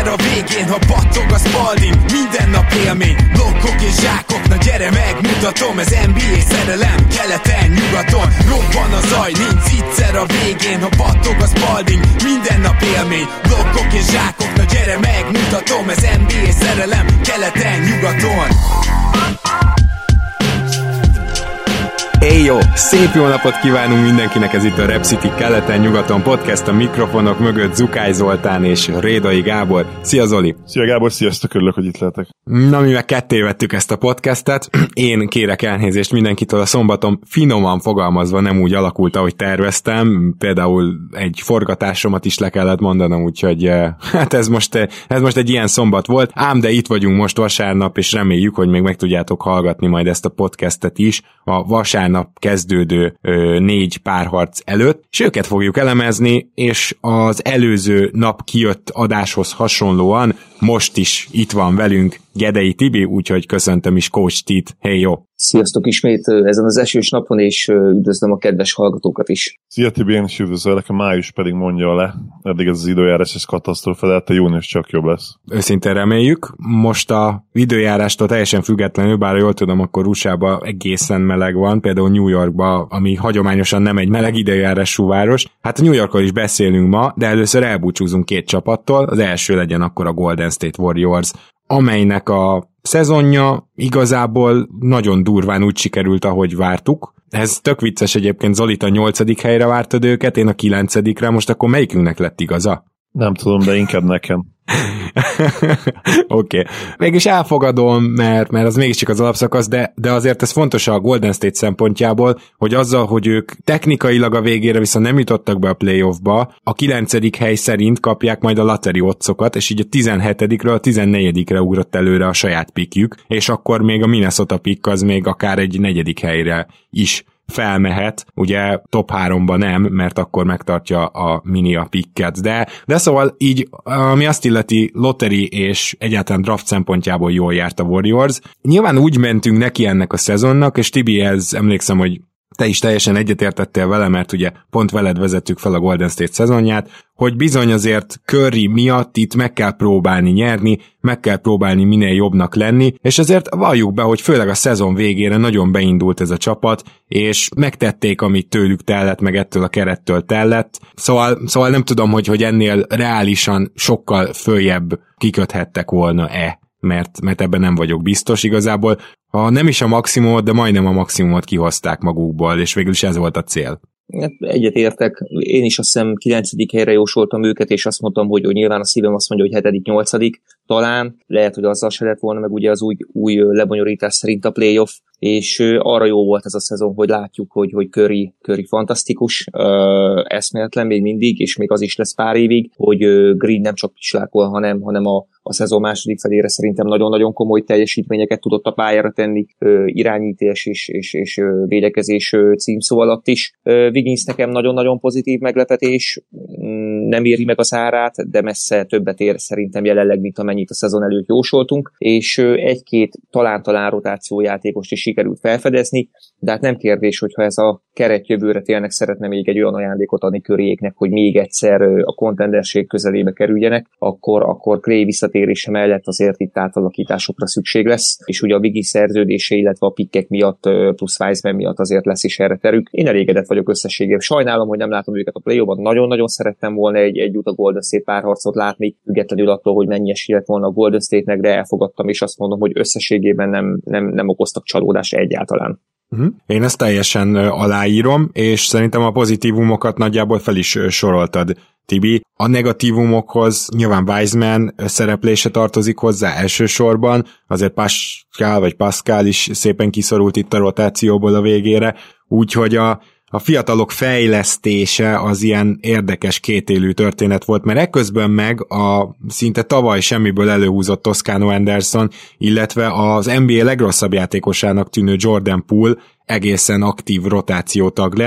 Egyszer a végén, ha battog a Spalding, minden nap élmény, blokkok és zsákok, na gyere megmutatom, ez NBA szerelem, keleten, nyugaton, robban a zaj, nincs egyszer a végén, ha battog a Spalding, minden nap élmény, blokkok és zsákok, na gyere megmutatom, ez NBA szerelem, keleten, nyugaton. Jó, szép jó napot kívánunk mindenkinek, ez itt a Rep City keleten-nyugaton podcast, a mikrofonok mögött Zukály Zoltán és Rédai Gábor. Szia Zoli! Szia Gábor, sziasztok, örülök, hogy itt lehetek. Na, mi meg ketté vettük ezt a podcastet, én kérek elnézést mindenkitől, a szombatom finoman fogalmazva nem úgy alakult, ahogy terveztem, például egy forgatásomat is le kellett mondanom, úgyhogy hát ez most egy ilyen szombat volt, ám de itt vagyunk most vasárnap, és reméljük, hogy még meg tudjátok hallgatni majd ezt a podcastet is a vasárnap kezdődő 4 párharc előtt, és őket fogjuk elemezni, és az előző nap kijött adáshoz hasonlóan most is itt van velünk Gedei Tibi, úgyhogy köszöntöm is Coach T-t. Hey, jó! Sziasztok ismét ezen az esős napon, és üdvözlöm a kedves hallgatókat is. Szia Tibi, én is üdvözöllek, a május pedig mondja le. Eddig ez az időjárás, ez katasztrófa, de a június csak jobb lesz. Őszintén reméljük. Most a időjárástól teljesen függetlenül, bár jól tudom, akkor USA-ban egészen meleg van, például New Yorkban, ami hagyományosan nem egy meleg időjárású város. Hát a New Yorkról is beszélünk ma, de először elbúcsúzunk 2 csapattól. Az első legyen akkor a Golden State Warriors, amelynek a szezonja igazából nagyon durván úgy sikerült, ahogy vártuk. Ez tök vicces egyébként, Zolit a 8. helyre vártad őket, én a 9-re, most akkor melyikünknek lett igaza? Nem tudom, de inkább nekem. Oké. Mégis elfogadom, mert az mégiscsak az alapszakasz, de azért ez fontos a Golden State szempontjából, hogy azzal, hogy ők technikailag a végére viszont nem jutottak be a playoffba, a 9. hely szerint kapják majd a lottery oddsokat, és így a 17-ről a 14-re ugrott előre a saját pickjük, és akkor még a Minnesota pick az még akár egy 4. helyre is felmehet, ugye top 3-ba nem, mert akkor megtartja a mini a picket, de szóval így, ami azt illeti lottery és egyáltalán draft szempontjából jól járt a Warriors. Nyilván úgy mentünk neki ennek a szezonnak, és Tibihez emlékszem, hogy te is teljesen egyetértettél vele, mert ugye pont veled vezettük fel a Golden State szezonját, hogy bizony azért Curry miatt itt meg kell próbálni nyerni, meg kell próbálni minél jobbnak lenni, és azért valljuk be, hogy főleg a szezon végére nagyon beindult ez a csapat, és megtették, amit tőlük tellett, meg ettől a kerettől tellett, szóval nem tudom, hogy ennél reálisan sokkal följebb kiköthettek volna-e, mert ebben nem vagyok biztos igazából. Ha nem is a maximumot, de majdnem a maximumot kihozták magukból, és végül is ez volt a cél. Egyet értek, én is azt hiszem 9. helyre jósoltam őket, és azt mondtam, hogy nyilván a szívem azt mondja, hogy 7., 8. talán, lehet, hogy azzal se lett volna meg ugye az új lebonyolítás szerint a playoff, és arra jó volt ez a szezon, hogy látjuk, hogy Curry fantasztikus, eszméletlen még mindig, és még az is lesz pár évig, hogy Green nem csak pislákol, hanem a szezon második felére szerintem nagyon-nagyon komoly teljesítményeket tudott a pályára tenni, irányítás és védekezés címszó alatt is. Wiggins nekem nagyon-nagyon pozitív meglepetés, nem éri meg az árát, de messze többet ér szerintem jelenleg, mint amennyit a szezon előtt jósoltunk, és 1-2 talán rotációjátékost is sikerült felfedezni, de hát nem kérdés, hogyha ez a keret jövőre tényleg szeretne még egy olyan ajándékot adni Curryéknek, hogy még egyszer a contenderség közelébe kerüljenek, akkor Clay visszatérése mellett azért itt átalakításokra szükség lesz, és ugye a Wiggins szerződése, illetve a pikkek miatt plusz Wiseman miatt azért lesz is erre terük. Én elégedett vagyok összességében. Sajnálom, hogy nem látom őket a play-offban. Nagyon-nagyon szerettem volna egy a Golden State párharcot látni, függetlenül attól, hogy mennyi esély lett volna a Golden State-nek, de elfogadtam, és azt mondom, hogy összességében nem okoztak csalódást egyáltalán. Én ezt teljesen aláírom, és szerintem a pozitívumokat nagyjából fel is soroltad, Tibi. A negatívumokhoz nyilván Wiseman szereplése tartozik hozzá elsősorban, azért Pascal is szépen kiszorult itt a rotációból a végére, úgyhogy a fiatalok fejlesztése az ilyen érdekes kétélű történet volt, mert ekközben meg a szinte tavaly semmiből előhúzott Toscano Anderson, illetve az NBA legrosszabb játékosának tűnő Jordan Poole egészen aktív rotációtag lett,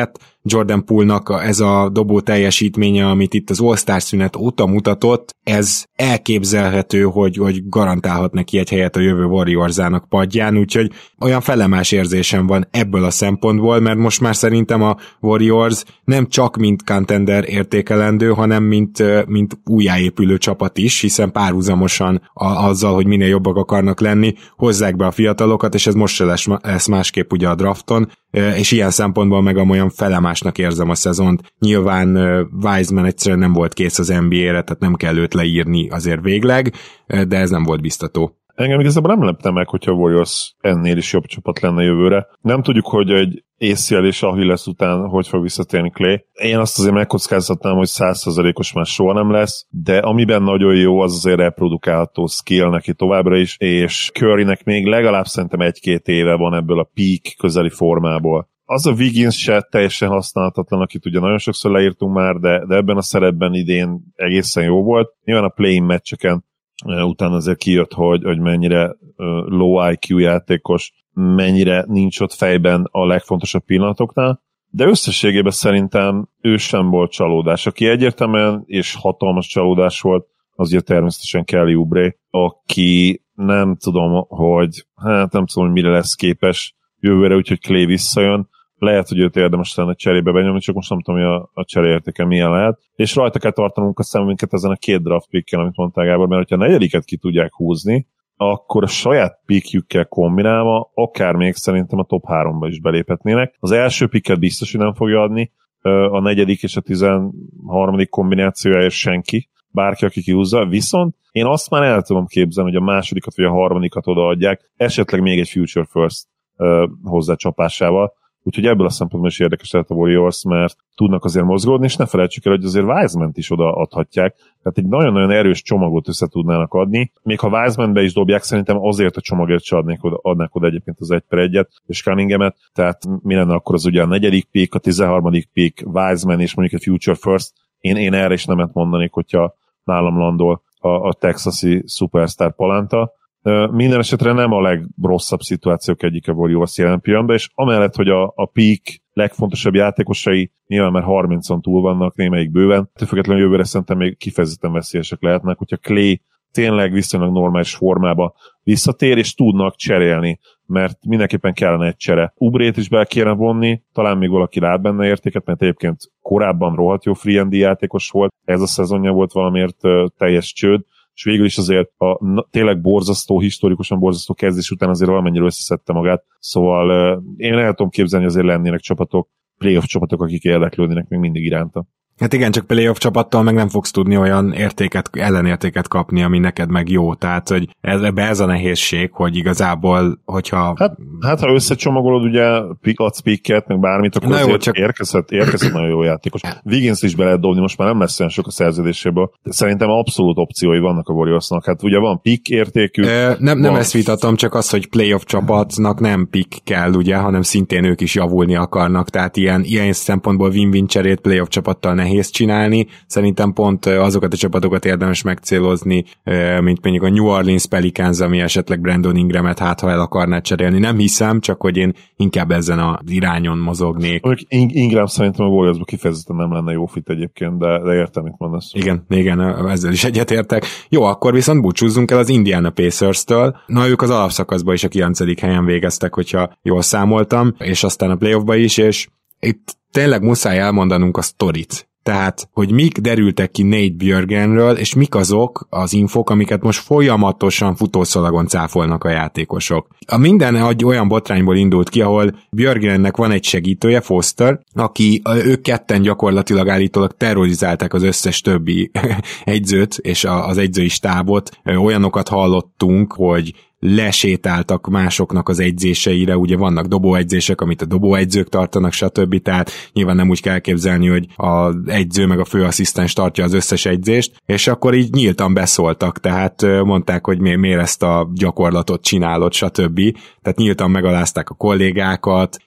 Jordan Poole-nak ez a dobó teljesítménye, amit itt az All-Star szünet óta mutatott, ez elképzelhető, hogy garantálhat neki egy helyet a jövő Warriors-ának padján, úgyhogy olyan felemás érzésem van ebből a szempontból, mert most már szerintem a Warriors nem csak mint contender értékelendő, hanem mint újjáépülő csapat is, hiszen párhuzamosan azzal, hogy minél jobbak akarnak lenni, hozzák be a fiatalokat, és ez most se lesz másképp ugye a drafton, és ilyen szempontból meg olyan felemásnak érzem a szezont. Nyilván Wiseman egyszerűen nem volt kész az NBA-re, tehát nem kell őt leírni azért végleg, de ez nem volt biztató. Engem igazából nem lepte meg, hogyha a Warriors ennél is jobb csapat lenne jövőre. Nem tudjuk, hogy egy ACL és Achilles után hogy fog visszatérni Clay. Én azt azért megkockáztatnám, hogy 100%-os már soha nem lesz, de amiben nagyon jó, az azért reprodukálható skill neki továbbra is, és Currynek még legalább szerintem 1-2 éve van ebből a peak közeli formából. Az a Wiggins se teljesen használhatatlan, akit ugye nagyon sokszor leírtunk már, de ebben a szerepben idén egészen jó volt. Nyilván a play-in meccseken utána azért kijött, hogy mennyire low IQ játékos, mennyire nincs ott fejben a legfontosabb pillanatoknál, de összességében szerintem ő sem volt csalódás. Aki egyértelműen és hatalmas csalódás volt, az ugye természetesen Kelly Oubre, aki nem tudom, hogy mire lesz képes jövőre, úgyhogy Clay visszajön. Lehet, hogy őt érdemes lenne cserébe benyomni, csak most nem tudom, hogy a cseréértéke milyen lehet. És rajta kell tartanunk a szemünket ezen a 2 draft pickkel, amit mondtál Gábor, mert ha a 4. ki tudják húzni, akkor a saját pickjükkel kombinálva akár még szerintem a top 3-ba is beléphetnének. Az első picket biztos, hogy nem fogja adni, a 4. és a 13. kombinációjáért senki, bárki, aki kihúzza, viszont én azt már el tudom képzelni, hogy a 2. vagy a 3. odaadják, esetleg még egy future first hozzácsapásával. Úgyhogy ebből a szempontból is érdekes lehet a Warriors, mert tudnak azért mozgódni, és ne felejtsük el, hogy azért Wiseman-t is odaadhatják. Tehát egy nagyon-nagyon erős csomagot össze tudnának adni. Még ha Wiseman-be is dobják, szerintem azért a csomagért se adnák oda egyébként az 1/1-et, és Cunningham-et. Tehát mi lenne akkor az ugye a 4. pick, a 13. pick, Wiseman és mondjuk egy future first. Én erre is nemet mondanék, hogyha nálam landol a texasi superstar Palanta. Minden esetre nem a legrosszabb szituációk egyik a Warriors jelen pillanatban, és amellett, hogy a peak legfontosabb játékosai nyilván már 30-on túl vannak, némelyik bőven, függetlenül jövőre szerintem még kifejezetten veszélyesek lehetnek, hogyha Clay tényleg viszonylag normális formába visszatér, és tudnak cserélni, mert mindenképpen kellene egy csere. Oubrét is be kéne vonni, talán még valaki lát benne értéket, mert egyébként korábban rohadt jó free and játékos volt, ez a szezonja volt valamiért teljes csőd, és végül is azért a tényleg borzasztó, historikusan borzasztó kezdés után azért valamennyire összeszedte magát, szóval én el tudom képzelni, hogy azért lennének csapatok, playoff csapatok, akik érdeklődnének még mindig iránta. Hát igen, csak playoff csapattal meg nem fogsz tudni olyan ellenértéket kapni, ami neked meg jó. Tehát, hogy ez a nehézség, hogy igazából, hogyha... Hát ha összecsomagolod, ugye adsz picket, meg bármit, akkor azért csak... érkezett nagyon jó játékos. Wiggins is be lehet dobni, most már nem lesz olyan sok a szerződéséből. Szerintem abszolút opciói vannak a Warriorsnak. Hát ugye van pick értékű. Nem ezt vitatom, csak az, hogy playoff csapatnak nem pick kell, ugye, hanem szintén ők is javulni akarnak. Tehát ilyen szempontból win-win cserét playoff csapattal nehéz csinálni. Szerintem pont azokat a csapatokat érdemes megcélozni, mint mondjuk a New Orleans Pelicans, ami esetleg Brandon Ingramet ha el akarná cserélni. Nem hiszem, csak hogy én inkább ezen az irányon mozognék. Ingram szerintem a Warriorsban kifejezetten nem lenne jó fit egyébként, de értem, mit mondasz. Igen, ezzel is egyetértek. Jó, akkor viszont búcsúzzunk el az Indiana Pacers-től. Na, ők az alapszakaszban is a 9. helyen végeztek, hogyha jól számoltam, és aztán a playoffba is, és itt tényleg muszáj elmondanunk a sztorit. Tehát, hogy mik derültek ki Nate Björkgrenről, és mik azok az infok, amiket most folyamatosan futószalagon cáfolnak a játékosok. A minden egy olyan botrányból indult ki, ahol Björkgrennek van egy segítője, Foster, aki ők ketten gyakorlatilag állítólag terrorizálták az összes többi edzőt, és az edzői stábot. Olyanokat hallottunk, hogy lesétáltak másoknak az edzéseire, ugye vannak dobóedzések, amit a dobóedzők tartanak, stb. Tehát nyilván nem úgy kell elképzelni, hogy az edző meg a főasszisztens tartja az összes edzést, és akkor így nyíltan beszóltak, tehát mondták, hogy miért ezt a gyakorlatot csinálod, stb. Tehát nyíltan megalázták a kollégákat,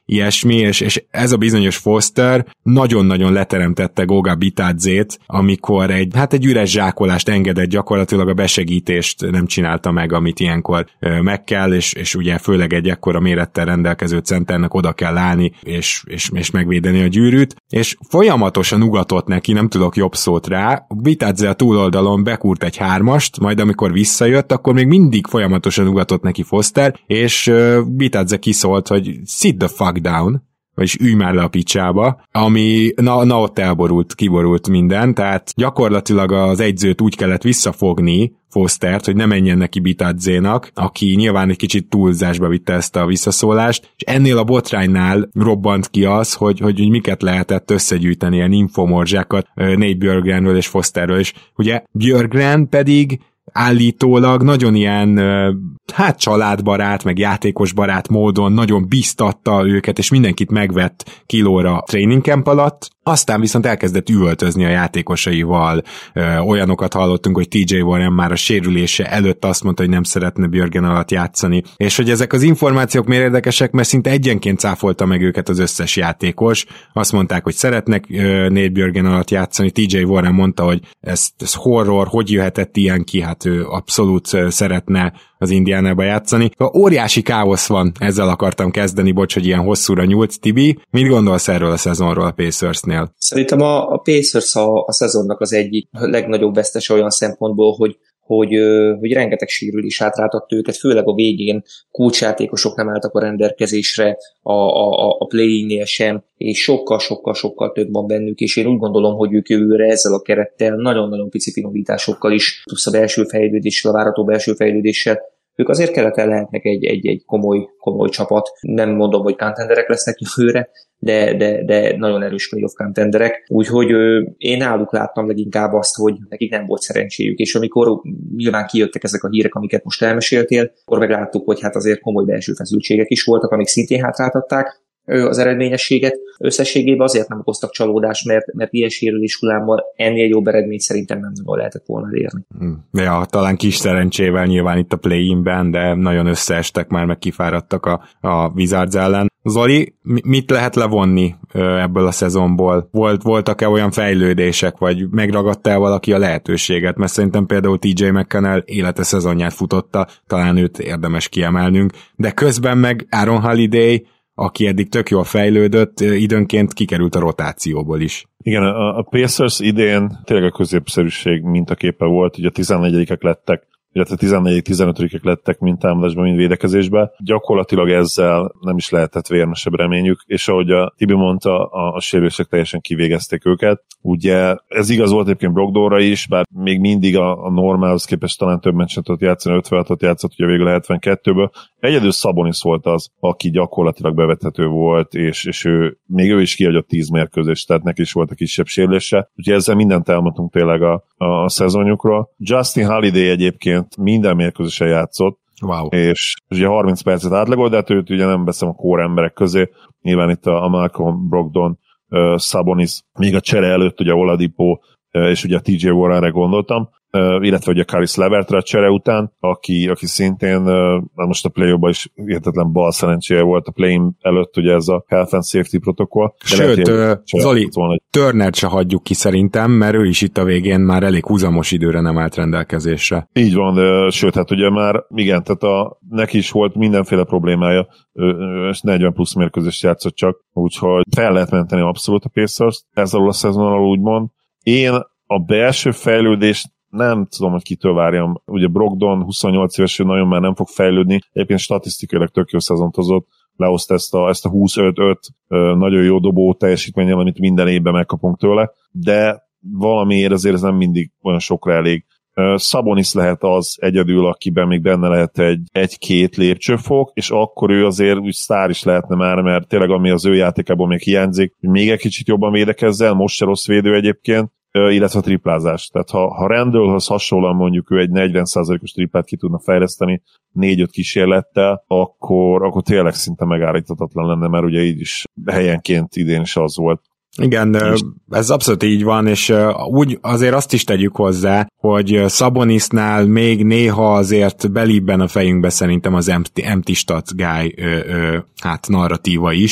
ilyesmi, és ez a bizonyos Foster nagyon-nagyon leteremtette Goga Bitadzét, amikor egy üres zsákolást engedett, gyakorlatilag a besegítést nem csinálta meg, amit ilyenkor meg kell, és ugye főleg egy ekkora mérettel rendelkező centernek oda kell állni, és megvédeni a gyűrűt, és folyamatosan ugatott neki, nem tudok jobb szót rá, Bitadze a túloldalon bekúrt egy 3-ast, majd amikor visszajött, akkor még mindig folyamatosan ugatott neki Foster, és Bitadze kiszólt, hogy sit the fuck down, vagyis ülj már le a picsába, ami ott kiborult minden, tehát gyakorlatilag az egyzőt úgy kellett visszafogni Fostert, hogy ne menjen neki Bitadzénak, aki nyilván egy kicsit túlzásba vitte ezt a visszaszólást, és ennél a botránynál robbant ki az, hogy miket lehetett összegyűjteni, ilyen infomorzsákat Nate Björkgrenről és Fosterről, és ugye Björkgren pedig állítólag nagyon ilyen családbarát, meg játékosbarát módon nagyon biztatta őket, és mindenkit megvett kilóra training camp alatt, aztán viszont elkezdett üvöltözni a játékosaival. Olyanokat hallottunk, hogy TJ Warren már a sérülése előtt azt mondta, hogy nem szeretne Björkgren alatt játszani, és hogy ezek az információk miért érdekesek, mert szinte egyenként cáfolta meg őket az összes játékos. Azt mondták, hogy szeretnek Nate Björkgren alatt játszani, TJ Warren mondta, hogy ez horror, hogy jöhetett ilyen ki, hát ő abszolút szeretne az Indiánába játszani. Óriási káosz van, ezzel akartam kezdeni, bocs, hogy ilyen hosszúra nyúlt. Tibi, mit gondolsz erről a szezonról a Pacersnél? Szerintem a Pacers a szezonnak az egyik legnagyobb vesztese olyan szempontból, hogy rengeteg sérülés hátráltatta őket, főleg a végén kulcsjátékosok nem álltak a rendelkezésre a play-innél sem, és sokkal több van bennük, és én úgy gondolom, hogy ők jövőre ezzel a kerettel nagyon-nagyon pici finomításokkal is, plusz a belső fejlődéssel, a várható belső fejlődéssel, ők azért keleten lehetnek egy komoly csapat. Nem mondom, hogy contenderek lesznek jövőre, de nagyon erős playoff contenderek. Úgyhogy én náluk láttam leginkább azt, hogy nekik nem volt szerencséjük, és amikor nyilván kijöttek ezek a hírek, amiket most elmeséltél, akkor megláttuk, hogy hát azért komoly belső feszültségek is voltak, amik szintén hátráltatták az eredményességet. Összességében azért nem okoztak csalódást, mert ilyen sérülés hullámmal ennél jobb eredményt szerintem nem nagyon lehetett volna elérni. Ja, talán kis szerencsével nyilván itt a play-inben, de nagyon összeestek már, meg kifáradtak a Wizards ellen. Zoli, mit lehet levonni ebből a szezonból? Voltak-e olyan fejlődések, vagy megragadta-e valaki a lehetőséget? Mert szerintem például TJ McConnell élete szezonját futotta, talán őt érdemes kiemelnünk, de közben meg Aaron Holiday, aki eddig tök jól fejlődött, időnként kikerült a rotációból is. Igen, a Pacers idén tényleg a középszerűség mintaképe volt, ugye a 14-ek lettek, illetve 14-15-ek lettek mind támadásban, mind védekezésben. Gyakorlatilag ezzel nem is lehetett vérmesebb reményük, és ahogy a Tibi mondta, a sérülések teljesen kivégezték őket. Ugye ez igaz volt egyébként Brogdonra is, bár még mindig a normálhoz képest talán több meccset tudott játszani, 56-ot játszott, ugye végül 72-ből. Egyedül Sabonis volt az, aki gyakorlatilag bevethető volt, és ő is kihagyott 10 mérkőzést, tehát neki is volt a kisebb sérülése. Úgyhogy ezzel mindent elmondtunk tényleg a szezonjukról. Justin Holiday egyébként minden mérkőzésen játszott, wow. És ugye 30 percet átlagolt, de hát őt ugye nem veszem a core emberek közé. Nyilván itt a Malcolm Brogdon, Sabonis, még a csere előtt ugye Oladipo, és ugye a TJ Warrenre gondoltam, illetve ugye Caris Levertre a csere után, aki szintén most a play-offban is hihetetlen bal szerencséje volt a play-in előtt, ugye ez a Health and Safety protokoll. Sőt, Zoli, Turnert se hagyjuk ki szerintem, mert ő is itt a végén már elég húzamos időre nem állt rendelkezésre. Így van, sőt, hát ugye már igen, tehát neki is volt mindenféle problémája, 40 plusz mérkőzést játszott csak, úgyhogy fel lehet menteni abszolút a Pacers-t, ezzel a szezonnal úgymond. Én a belső fejlődést nem tudom, hogy kitől várjam. Ugye Brogdon 28 éves, nagyon már nem fog fejlődni. Egyébként statisztikailag tök jó szezont hozott. Lehozta ezt a 25-5 nagyon jó dobó teljesítménnyel, amit minden évben megkapunk tőle, de valamiért azért ez nem mindig olyan sokra elég. Sabonis lehet az egyedül, akiben még benne lehet egy-két lépcsőfok, és akkor ő azért úgy sztár is lehetne már, mert tényleg ami az ő játékából még hiányzik, hogy még egy kicsit jobban védekezzen, most se rossz védő egyébként, illetve a triplázás. Tehát ha Randallhoz hasonlóan mondjuk ő egy 40%-os triplát ki tudna fejleszteni 4-5 kísérlettel, akkor tényleg szinte megállíthatatlan lenne, mert ugye így is helyenként idén is az volt. Igen, ez abszolút így van, és úgy azért azt is tegyük hozzá, hogy Sabonisnál még néha azért belibben a fejünkbe szerintem az empty stat guy narratíva is,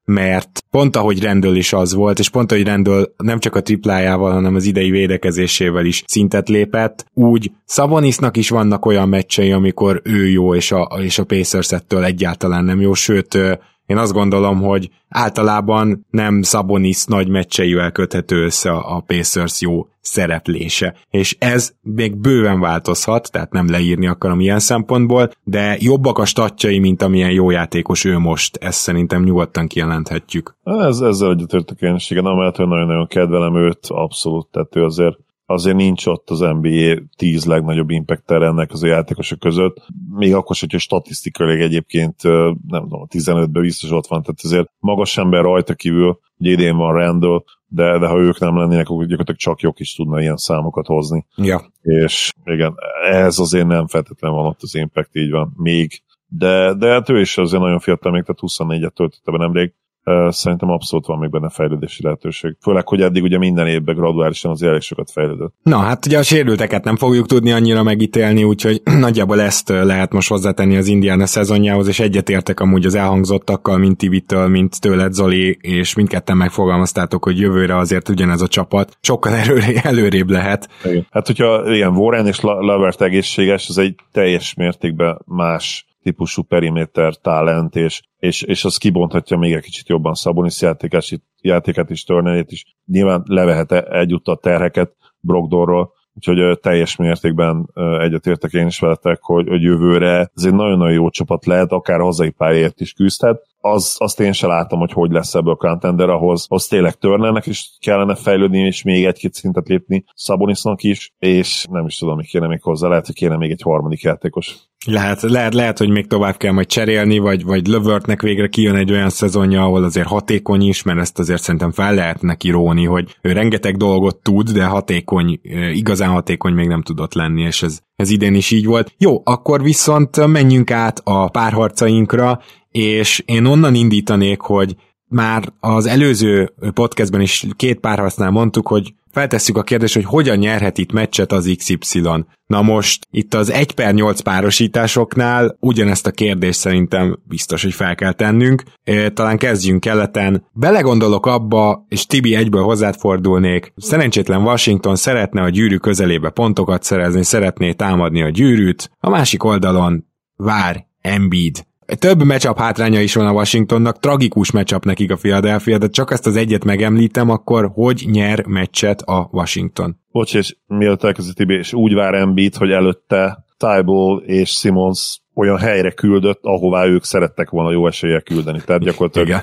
mert pont ahogy Randall is az volt, és pont ahogy Randall nem csak a triplájával, hanem az idei védekezésével is szintet lépett, úgy Sabonisnak is vannak olyan meccsei, amikor ő jó, és a Pacers ettől egyáltalán nem jó, sőt, én azt gondolom, hogy általában nem Sabonis nagy meccseivel köthető össze a Pacers jó szereplése. És ez még bőven változhat, tehát nem leírni akarom ilyen szempontból, de jobbak a statjai, mint amilyen jó játékos ő most. Ezt szerintem nyugodtan kijelenthetjük. Ezzel egyetértek én is, igen, amellett, hogy nagyon-nagyon kedvelem őt, abszolút, tehát ő azért nincs ott az NBA 10 legnagyobb impacter ennek az a játékosok között, még akkor sem, hogy statisztikailag egyébként nem tudom, a 15-ben biztos ott van, tehát azért magas ember rajta kívül, ugye idén van Randall, de ha ők nem lennének, akkor gyakorlatilag csak jók is tudna ilyen számokat hozni. Ja. És igen, ez azért nem feltétlenül van ott az impact, így van, még, de hát ő is azért nagyon fiatal, még tehát 24-et töltötte be nemrég. Szerintem abszolút van még benne fejlődési lehetőség. Főleg, hogy eddig ugye minden évben graduálisan az elég sokat fejlődött. Na, hát ugye a sérülteket nem fogjuk tudni annyira megítélni, úgyhogy nagyjából ezt lehet most hozzátenni az Indiana szezonjához, és egyetértek amúgy az elhangzottakkal, mint Tibitől, mint tőled, Zoli, és mindketten megfogalmaztátok, hogy jövőre azért ugyanez a csapat sokkal előrébb lehet. Igen. Hát, hogyha ilyen Warren és Lavert egészséges, ez egy teljes mértékben más típusú periméter, talent, és az kibonthatja még egy kicsit jobban Sabonis játékát is, Turnerét is. Nyilván levehet egyúttal terheket Brogdonról, úgyhogy teljes mértékben egyetértek én is veletek, hogy jövőre ez egy nagyon-nagyon jó csapat lehet, akár hazai pályáért is küzdhet. Azt én sem látom, hogy lesz ebből a contender, ahhoz tényleg Turnernek is kellene fejlődni, és még egy-két szintet lépni, Sabonisnak is, és nem is tudom, mi kéne még hozzá, lehet, hogy kéne még egy harmadik játékos. Lehet, hogy még tovább kell majd cserélni, vagy Levertnek végre kijön egy olyan szezonja, ahol azért hatékony is, mert ezt azért szerintem fel lehet neki róni, hogy ő rengeteg dolgot tud, de hatékony, igazán hatékony még nem tudott lenni, és ez idén is így volt. Jó, akkor viszont menjünk át a párharcainkra, és én onnan indítanék, hogy már az előző podcastben is 2 párharcnál mondtuk, hogy feltesszük a kérdést, hogy hogyan nyerhet itt meccset az XY. Na most itt az 1/8 párosításoknál ugyanezt a kérdést szerintem biztos, hogy fel kell tennünk. Talán kezdjünk keleten. Belegondolok abba, és Tibi, egyből hozzád fordulnék. Szerencsétlen Washington szeretne a gyűrű közelébe pontokat szerezni, szeretné támadni a gyűrűt. A másik oldalon vár Embiid. Több matchup hátránya is van a Washingtonnak, tragikus matchup nekik a Philadelphia, de csak ezt az egyet megemlítem, akkor hogy nyer meccset a Washington? Bocs, és mielőtt elkezdett Tibi, és úgy vár Embiid, hogy előtte Thybulle és Simmons olyan helyre küldött, ahová ők szerettek volna jó eséllyel küldeni. Tehát gyakorlatilag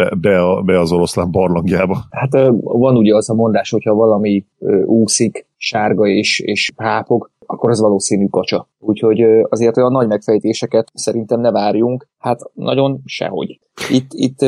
be az oroszlán barlangjába. Hát van ugye az a mondás, hogyha valami úszik, sárga és hápog, akkor az valószínű kacsa. Úgyhogy azért olyan nagy megfejtéseket szerintem ne várjunk. Hát nagyon sehogy. Itt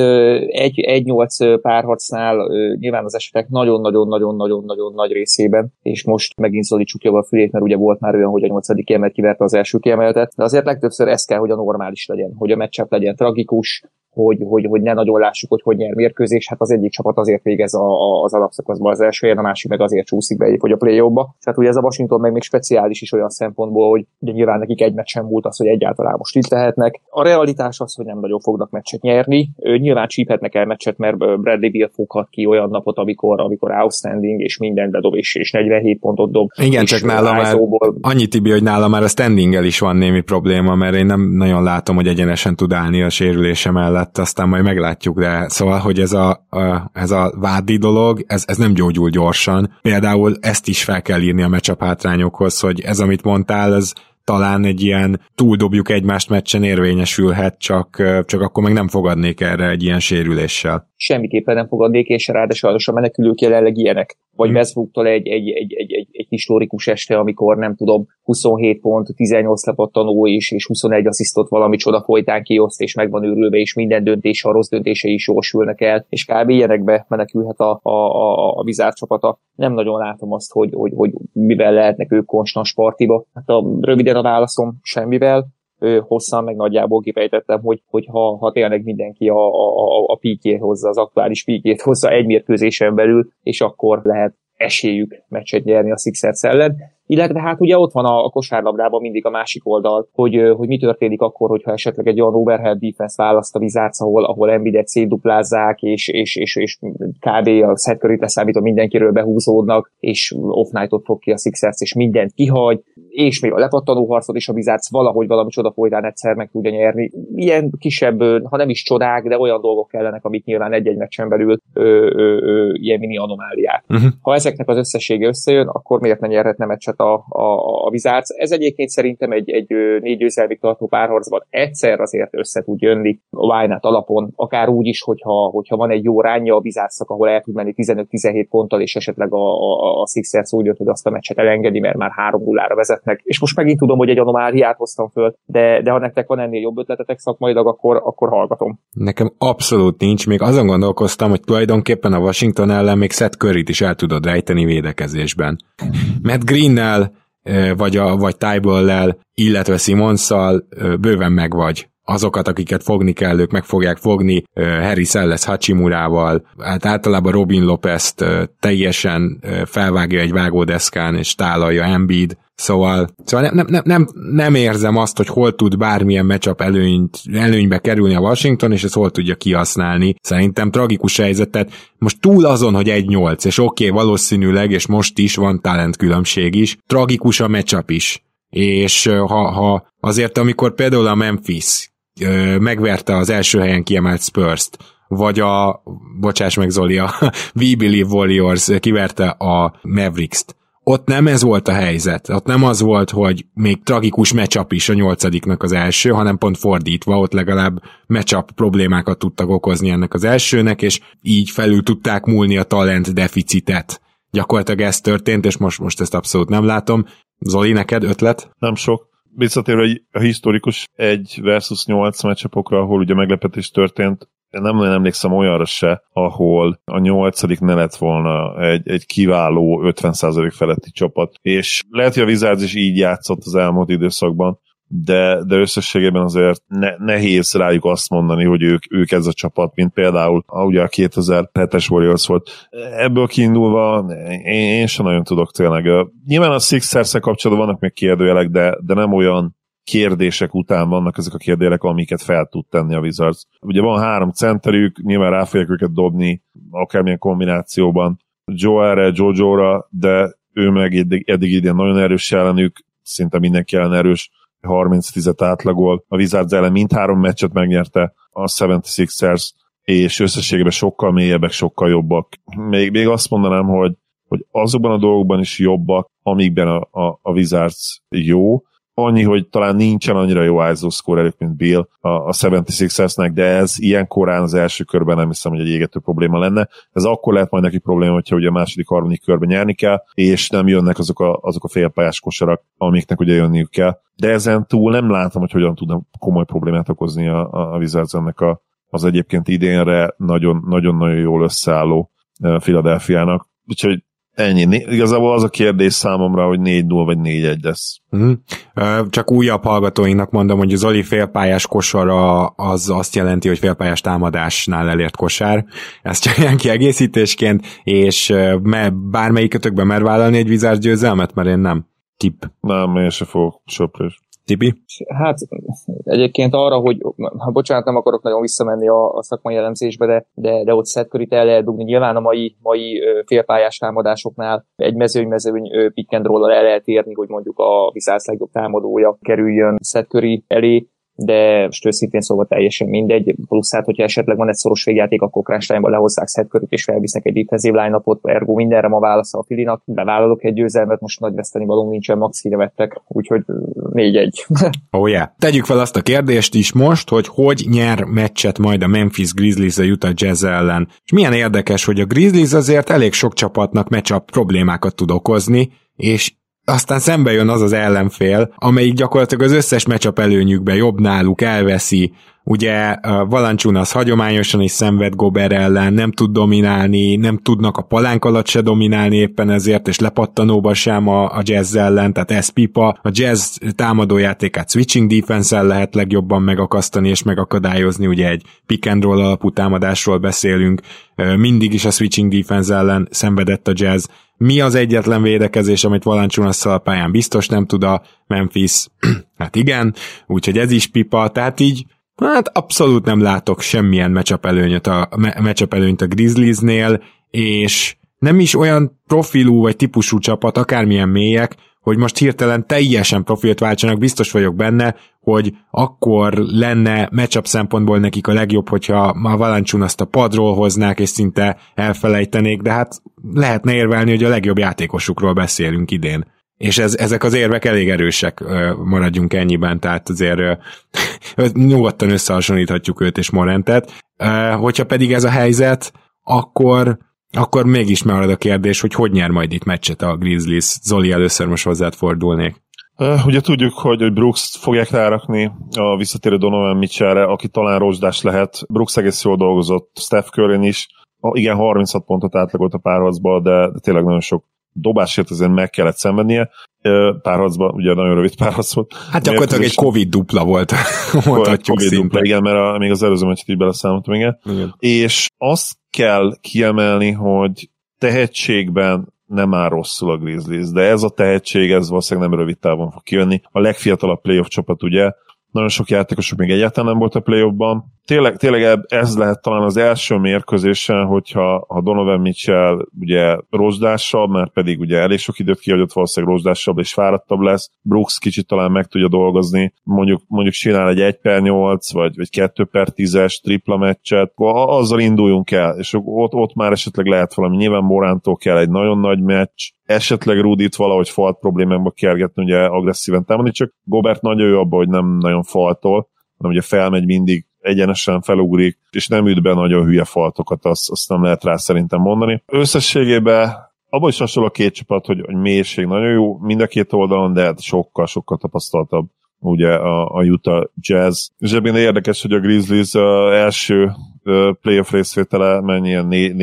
1-8 párharcnál nyilván az esetek nagyon-nagyon-nagyon-nagyon-nagyon nagy részében, és most megint Zoli csukja a fülét, mert ugye volt már olyan, hogy a 8. kiemelt kiverte az első kiemeltet, de azért legtöbbször ez kell, hogy a normális legyen, hogy a meccsep legyen tragikus, hogy ne nagyon lássuk, hogy nyer mérkőzés, hát az egyik csapat azért végez az alapszakaszban az első helyen, a másik meg azért csúszik be hogy a play-offba. Tehát ugye ez a Washington meg még speciális is olyan szempontból, hogy ugye nyilván nekik egy meccsen múlt az, hogy egyáltalán most itt lehetnek. A realitás az, hogy nem nagyon fognak meccset nyerni. Nyilván csíphetnek el meccset, mert Bradley Beal foghat ki olyan napot, amikor outstanding, és mindent bedob, és 47 pontot dob. Igen, csak nála már annyi, Tibi, hogy nála már a standinggel is van némi probléma, mert én nem nagyon látom, hogy egyenesen tud állni a sérülése mellett, aztán majd meglátjuk, de szóval, hogy ez a vádi dolog, ez nem gyógyul gyorsan. Például ezt is fel kell írni a matchup hátrányokhoz, hogy ez, amit mondtál, ez talán egy ilyen túldobjuk egymást meccsen érvényesülhet, csak akkor meg nem fogadnék erre egy ilyen sérüléssel. Semmiképpen nem fogadnék, és ráadásul a menekülők jelenleg ilyenek. Vagy Westbrooktól egy historikus este, amikor nem tudom, 27 pont, 18 lepattanó és 21 asszisztot valami csoda folytán kioszt, és meg van őrülve, és minden döntése, a rossz döntései is jól sülnek el, és kb. Ilyenekbe menekülhet a Wizards csapata. Nem nagyon látom azt, hogy mivel lehetnek ők konstans partiba. Hát röviden a válaszom semmivel. Hosszan meg nagyjából kifejtettem, hogy ha tényleg mindenki a píkjét hozza, az aktuális píkjét hozza egy mérkőzésen belül, és akkor lehet esélyük meccset nyerni a Sixers ellen. Illetve hát ugye ott van a kosárlabdában mindig a másik oldal, hogy mi történik akkor, hogyha esetleg egy olyan overhead defense választ a Wizards, ahol Embiidet szétduplázzák, és kb. A Seth Curryt leszámítva mindenkiről behúzódnak, és off night-ot fog ki a Sixers, és mindent kihagy, és még a lepattanó harcot is a Wizards valahogy valami csoda folytán egyszer meg tudja nyerni. Ilyen kisebb, ha nem is csodák, de olyan dolgok kellenek, amik nyilván egy-egy meccsen belül ilyen mini anomáliák. Ha ezeknek az összessége összejön, akkor miért ne nyerhetne meccset a Wizards? Ez egyébként szerintem egy 4 győzelmig tartó párharcban egyszer azért össze tud jönni a Wynett alapon, akár úgy is, hogyha van egy jó ránja a Wizardsnak, ahol el tud menni 15-17 ponttal, és esetleg a Sixers úgy jött, hogy azt a meccset elengedi, mert már 3-0-ra vezetnek. És most megint tudom, hogy egy anomáliát hoztam föl, de ha nektek van ennél jobb ötletetek szakmailag, akkor hallgatom. Nekem abszolút nincs, még azon gondolkoztam, hogy tulajdonképpen a Washington ellen még Seth Curryt is el tudod rejteni védekezésben. Matt Greennel, vagy Tyball-lel, illetve Simonsszal bőven megvagy. Azokat, akiket fogni kell, ők meg fogják fogni, Harris Ellis Hachimurával, hát általában Robin Lopez-t teljesen felvágja egy vágódeszkán, és tálalja Embiid, szóval nem érzem azt, hogy hol tud bármilyen matchup előnybe kerülni a Washington, és ezt hol tudja kihasználni. Szerintem tragikus helyzet, tehát most túl azon, hogy 1-8, és oké, valószínűleg, és most is van talentkülönbség is, tragikus a matchup is. És ha azért, amikor például a Memphis megverte az első helyen kiemelt Spurs-t, vagy bocsáss meg Zoli, a We Believe Warriors kiverte a Mavericks-t, ott nem ez volt a helyzet. Ott nem az volt, hogy még tragikus matchup is a 8-nak az első, hanem pont fordítva, ott legalább matchup problémákat tudtak okozni ennek az elsőnek, és így felül tudták múlni a talent deficitet. Gyakorlatilag ez történt, és most ezt abszolút nem látom. Zoli, neked ötlet? Nem sok. Visszatérve a historikus 1 versus 8 matchupokra, ahol ugye meglepetés történt, nem nagyon emlékszem olyanra se, ahol a 8. ne lett volna egy kiváló 50% feletti csapat. És lehet, hogy a Wizards is így játszott az elmúlt időszakban, de összességében azért nehéz rájuk azt mondani, hogy ők ez a csapat, mint például ugye a 2007-es Warriors volt. Ebből kiindulva én sem nagyon tudok tényleg. Nyilván a Sixers-szel kapcsolatban vannak még kérdőjelek, de nem olyan kérdések után vannak ezek a kérdőjelek, amiket fel tud tenni a Wizards. Ugye van 3 centerük, nyilván rá fogják őket dobni akármilyen kombinációban Joe-re, Jojo-ra, de ő meg eddig idén nagyon erős ellenük, szinte mindenki ellen erős, 30-10-et átlagol. A Wizards ellen mindhárom meccset megnyerte a 76ers, és összességében sokkal mélyebbek, sokkal jobbak. Még azt mondanám, hogy azokban a dolgokban is jobbak, amikben a Wizards jó. Annyi, hogy talán nincsen annyira jó ISO scorerük, mint Bill a 76ersnek, de ez ilyen korán az első körben nem hiszem, hogy egy égető probléma lenne. Ez akkor lehet majd neki probléma, hogyha ugye a második, harmadik körben nyerni kell, és nem jönnek azok a félpályás kosarak, amiknek ugye jönniük kell. De ezen túl nem látom, hogy hogyan tudna komoly problémát okozni a Wizards ennek az egyébként idénre nagyon-nagyon jól összeálló Philadelphiának. Úgyhogy ennyi. Igazából az a kérdés számomra, hogy 4-0 vagy 4-1 lesz. Csak újabb hallgatóinknak mondom, hogy az Zoli félpályás kosara az azt jelenti, hogy félpályás támadásnál elért kosár. Ez csak ilyen kiegészítésként, és bármelyikötökben mer vállalni egy Wizards győzelmet, mert én nem. Tipp. Nem, én se fogok söprés. Tipi? Hát egyébként arra, hogy bocsánat, nem akarok nagyon visszamenni a szakmai elemzésbe, de ott Seth Curryt el lehet dugni. Nyilván a mai félpályás támadásoknál egy mezőny pick and roll-al el lehet érni, hogy mondjuk a Wizards legjobb támadója kerüljön Seth Curry elé, de most őszintén szóval teljesen mindegy. Plusz hát, hogyha esetleg van egy szoros végjáték, akkor crunch time-ba lehozzák Seth Curryt és felvisznek egy defensive line-upot, ergo mindenre ma válasz a Filinak. Bevállalok egy győzelmet, most nagy veszteni való nincsen, max kinevettek, úgyhogy 4-1. Oh yeah. Tegyük fel azt a kérdést is most, hogy nyer meccset majd a Memphis Grizzlies a Utah Jazz ellen. És milyen érdekes, hogy a Grizzlies azért elég sok csapatnak matchup problémákat tud okozni, és aztán szembe jön az ellenfél, amelyik gyakorlatilag az összes matchup előnyükben jobb náluk, elveszi. Ugye Valanciunas hagyományosan is szenved Gobert ellen, nem tud dominálni, nem tudnak a palánk alatt se dominálni éppen ezért, és lepattanóban sem a Jazz ellen, tehát ez pipa. A Jazz támadójátékát switching defense-el lehet legjobban megakasztani és megakadályozni, ugye egy pick and roll alapú támadásról beszélünk, mindig is a switching defense ellen szenvedett a Jazz, Mi az egyetlen védekezés, amit Valanciunasszal a pályán biztos nem tud a Memphis? Hát igen, úgyhogy ez is pipa, tehát így hát abszolút nem látok semmilyen matchup előnyt a Grizzliesnél, és nem is olyan profilú vagy típusú csapat, akármilyen mélyek, hogy most hirtelen teljesen profilt váltsanak, biztos vagyok benne, hogy akkor lenne matchup szempontból nekik a legjobb, hogyha a Valanciunast a padról hoznák, és szinte elfelejtenék, de hát lehetne érvelni, hogy a legjobb játékosukról beszélünk idén. És ezek az érvek elég erősek, maradjunk ennyiben, tehát azért nyugodtan összehasonlíthatjuk őt és Morantet. Hogyha pedig ez a helyzet, akkor mégis marad a kérdés, hogy nyer majd itt meccset a Grizzlies. Zoli, először most hozzád fordulnék. Ugye tudjuk, hogy Brooks fogják rárakni a visszatérő Donovan Mitchellre, aki talán rozsdás lehet. Brooks egész jól dolgozott, Steph Curryn is. Igen, 36 pontot átlagolt a párharcban, de tényleg nagyon sok dobásért azért meg kellett szenvednie. Párharcban, ugye nagyon rövid párharc volt. Hát gyakorlatilag egy Covid dupla volt. Mondhatjuk szinte. Dupla, igen, mert még az előző meccset így beleszámoltam, igen. És azt kell kiemelni, hogy tehetségben nem áll rosszul a Grizzlies, de ez a tehetség, ez valószínűleg nem rövid távon fog kijönni. A legfiatalabb playoff csapat, ugye, nagyon sok játékosok még egyáltalán nem volt a playoffban. Tényleg ez lehet talán az első mérkőzésen, hogyha Donovan Mitchell ugye rozsdásabb, mert pedig ugye elég sok időt kihagyott, valószínűleg rozsdásabb és fáradtabb lesz. Brooks kicsit talán meg tudja dolgozni, mondjuk csinál egy 1/8 vagy 2/10-es tripla meccset, azzal induljunk el, és ott már esetleg lehet valami. Nyilván Morántól kell egy nagyon nagy meccs, esetleg Rudit valahogy falt problémákba kergetni, ugye agresszíven támadni, csak Gobert nagyon jó abban, hogy nem nagyon faltol, hanem ugye felmegy mindig, egyenesen felugrik, és nem üt be nagyon hülye faltokat, azt nem lehet rá szerintem mondani. Összességében abban is hasonló a két csapat, hogy mélység nagyon jó mind a két oldalon, de sokkal tapasztaltabb ugye a Utah Jazz. És ebben érdekes, hogy a Grizzlies első playoff részvétele mennyi ilyen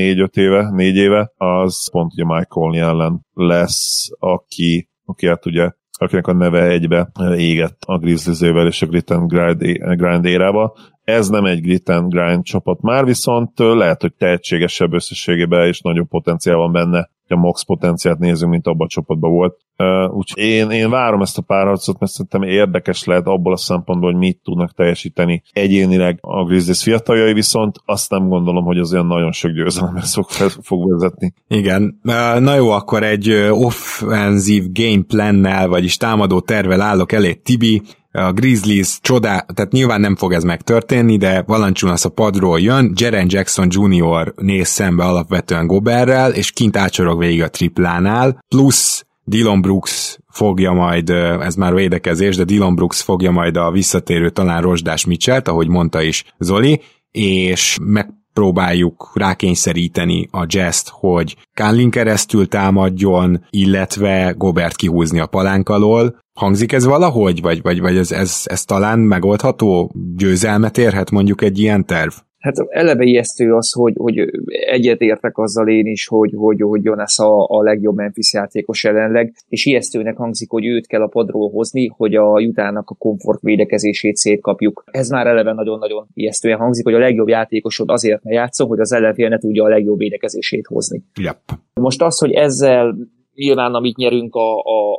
4 éve, az pont ugye Mike Conley ellen lesz, aki hát ugye akinek a neve egybe égett a Grizzlies-ével és a Grit and Grind érába. Ez nem egy Grit and Grind csapat már, viszont lehet, hogy tehetségesebb összességében és nagyobb potenciál van benne, hogy a max potenciált nézünk, mint abban a csapatban volt. Úgyhogy én várom ezt a párharcot, mert szerintem érdekes lehet abból a szempontból, hogy mit tudnak teljesíteni egyénileg a Grizzlies fiataljai, viszont azt nem gondolom, hogy az olyan nagyon sok győzelemre fog vezetni. Igen. Na jó, akkor egy offenzív game plannel, vagyis támadó tervvel állok elé, Tibi. A Grizzlies tehát nyilván nem fog ez megtörténni, de Valanciunas a padról jön, Jaren Jackson Jr. néz szembe alapvetően Goberrel, és kint ácsorog végig a triplánál, plusz Dillon Brooks fogja majd, ez már védekezés, de Dillon Brooks fogja majd a visszatérő talán rozsdás Mitchellt, ahogy mondta is Zoli, és megpróbáljuk rákényszeríteni a Jazzt, hogy Conley keresztül támadjon, illetve Gobert kihúzni a palánk alól. Hangzik ez valahogy, vagy ez talán megoldható? Győzelmet érhet mondjuk egy ilyen terv? Hát eleve ijesztő az, hogy egyetértek azzal én is, hogy Jonas a legjobb Memphis játékos jelenleg, és ijesztőnek hangzik, hogy őt kell a padról hozni, hogy a Utahnak a komfort védekezését szétkapjuk. Ez már eleve nagyon-nagyon ijesztően hangzik, hogy a legjobb játékosod azért ne játszom, hogy az ellenfél ne tudja a legjobb védekezését hozni. Yep. Most az, hogy ezzel nyilván amit nyerünk a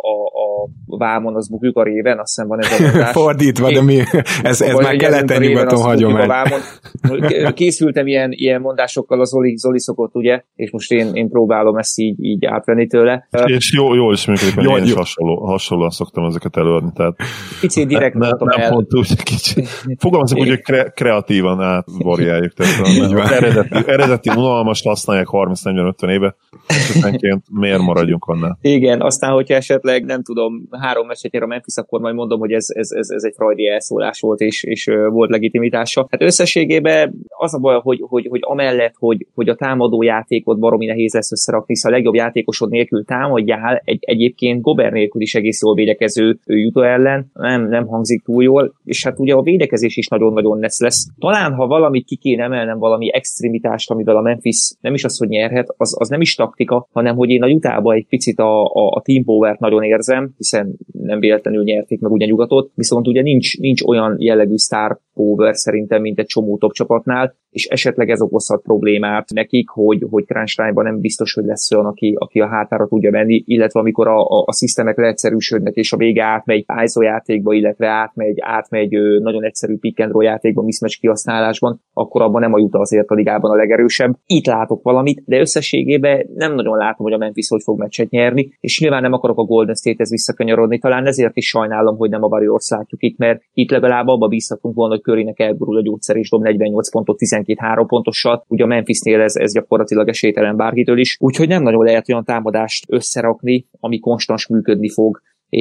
vámon, az bukjuk a réven, azt hiszem van ez a mondás. Fordítva, de mi? Ez már keleten-nyugaton hagyomány. Készültem ilyen mondásokkal, a Zoli szokott, ugye, és most én próbálom ezt így átvenni tőle. És jól is működik, mert én is hasonlóan szoktam ezeket előadni. Tehát picit direkt mondtam el. Nem pont úgy, kicsit. Fogalmazok úgy, hogy kreatívan átvariáljuk. Eredeti unalmas használják 30-40-50 éve, és aztánként miért maradjunk annál? Igen, aztán, hogyha esetleg nem tudom, 3 meccset nyer a Memphis, akkor majd mondom, hogy ez egy freudi elszólás volt, és volt legitimitása. Hát összességében az a baj, hogy amellett, hogy a támadó játékot baromi nehéz lesz összerakni, hiszen a legjobb játékosod nélkül támadjál, egyébként Gobert nélkül is egész jól védekező Utah ellen, nem hangzik túl jól, és hát ugye a védekezés is nagyon-nagyon lesz. Talán, ha valamit ki kéne emelnem, valami extremitást, amivel a Memphis nem is az, hogy nyerhet, az nem is taktika, hanem hogy én a Utahba egy picit a team powert nagyon érzem, hiszen nem véletlenül nyerték meg ugye nyugatot, viszont ugye nincs olyan jellegű sztár power szerintem, mint egy csomó top csapatnál, és esetleg ez okozhat problémát nekik, hogy crunch time-ban nem biztos, hogy lesz olyan, aki a hátára tudja menni, illetve amikor a szisztemek leegyszerűsödnek, és a vége átmegy ISO játékba, illetve átmegy nagyon egyszerű pick and roll játékba, mismatch kihasználásban, akkor abban nem a Utah azért a ligában a legerősebb. Itt látok valamit, de összességében nem nagyon látom, hogy a Memphis hogy fog meccset nyerni, és nyilván nem akarok a Golden State-hez visszakanyarodni, talán ezért is sajnálom, hogy nem a Warriors látjuk itt, mert itt legalább abba bízhatunk volna, hogy Currynek elgurul a gyógyszer és dob 48 pontot 12-3 pontossal. Ugye a Memphisnél ez gyakorlatilag esélytelen bárkitől is, úgyhogy nem nagyon lehet olyan támadást összerakni, ami konstans működni fog,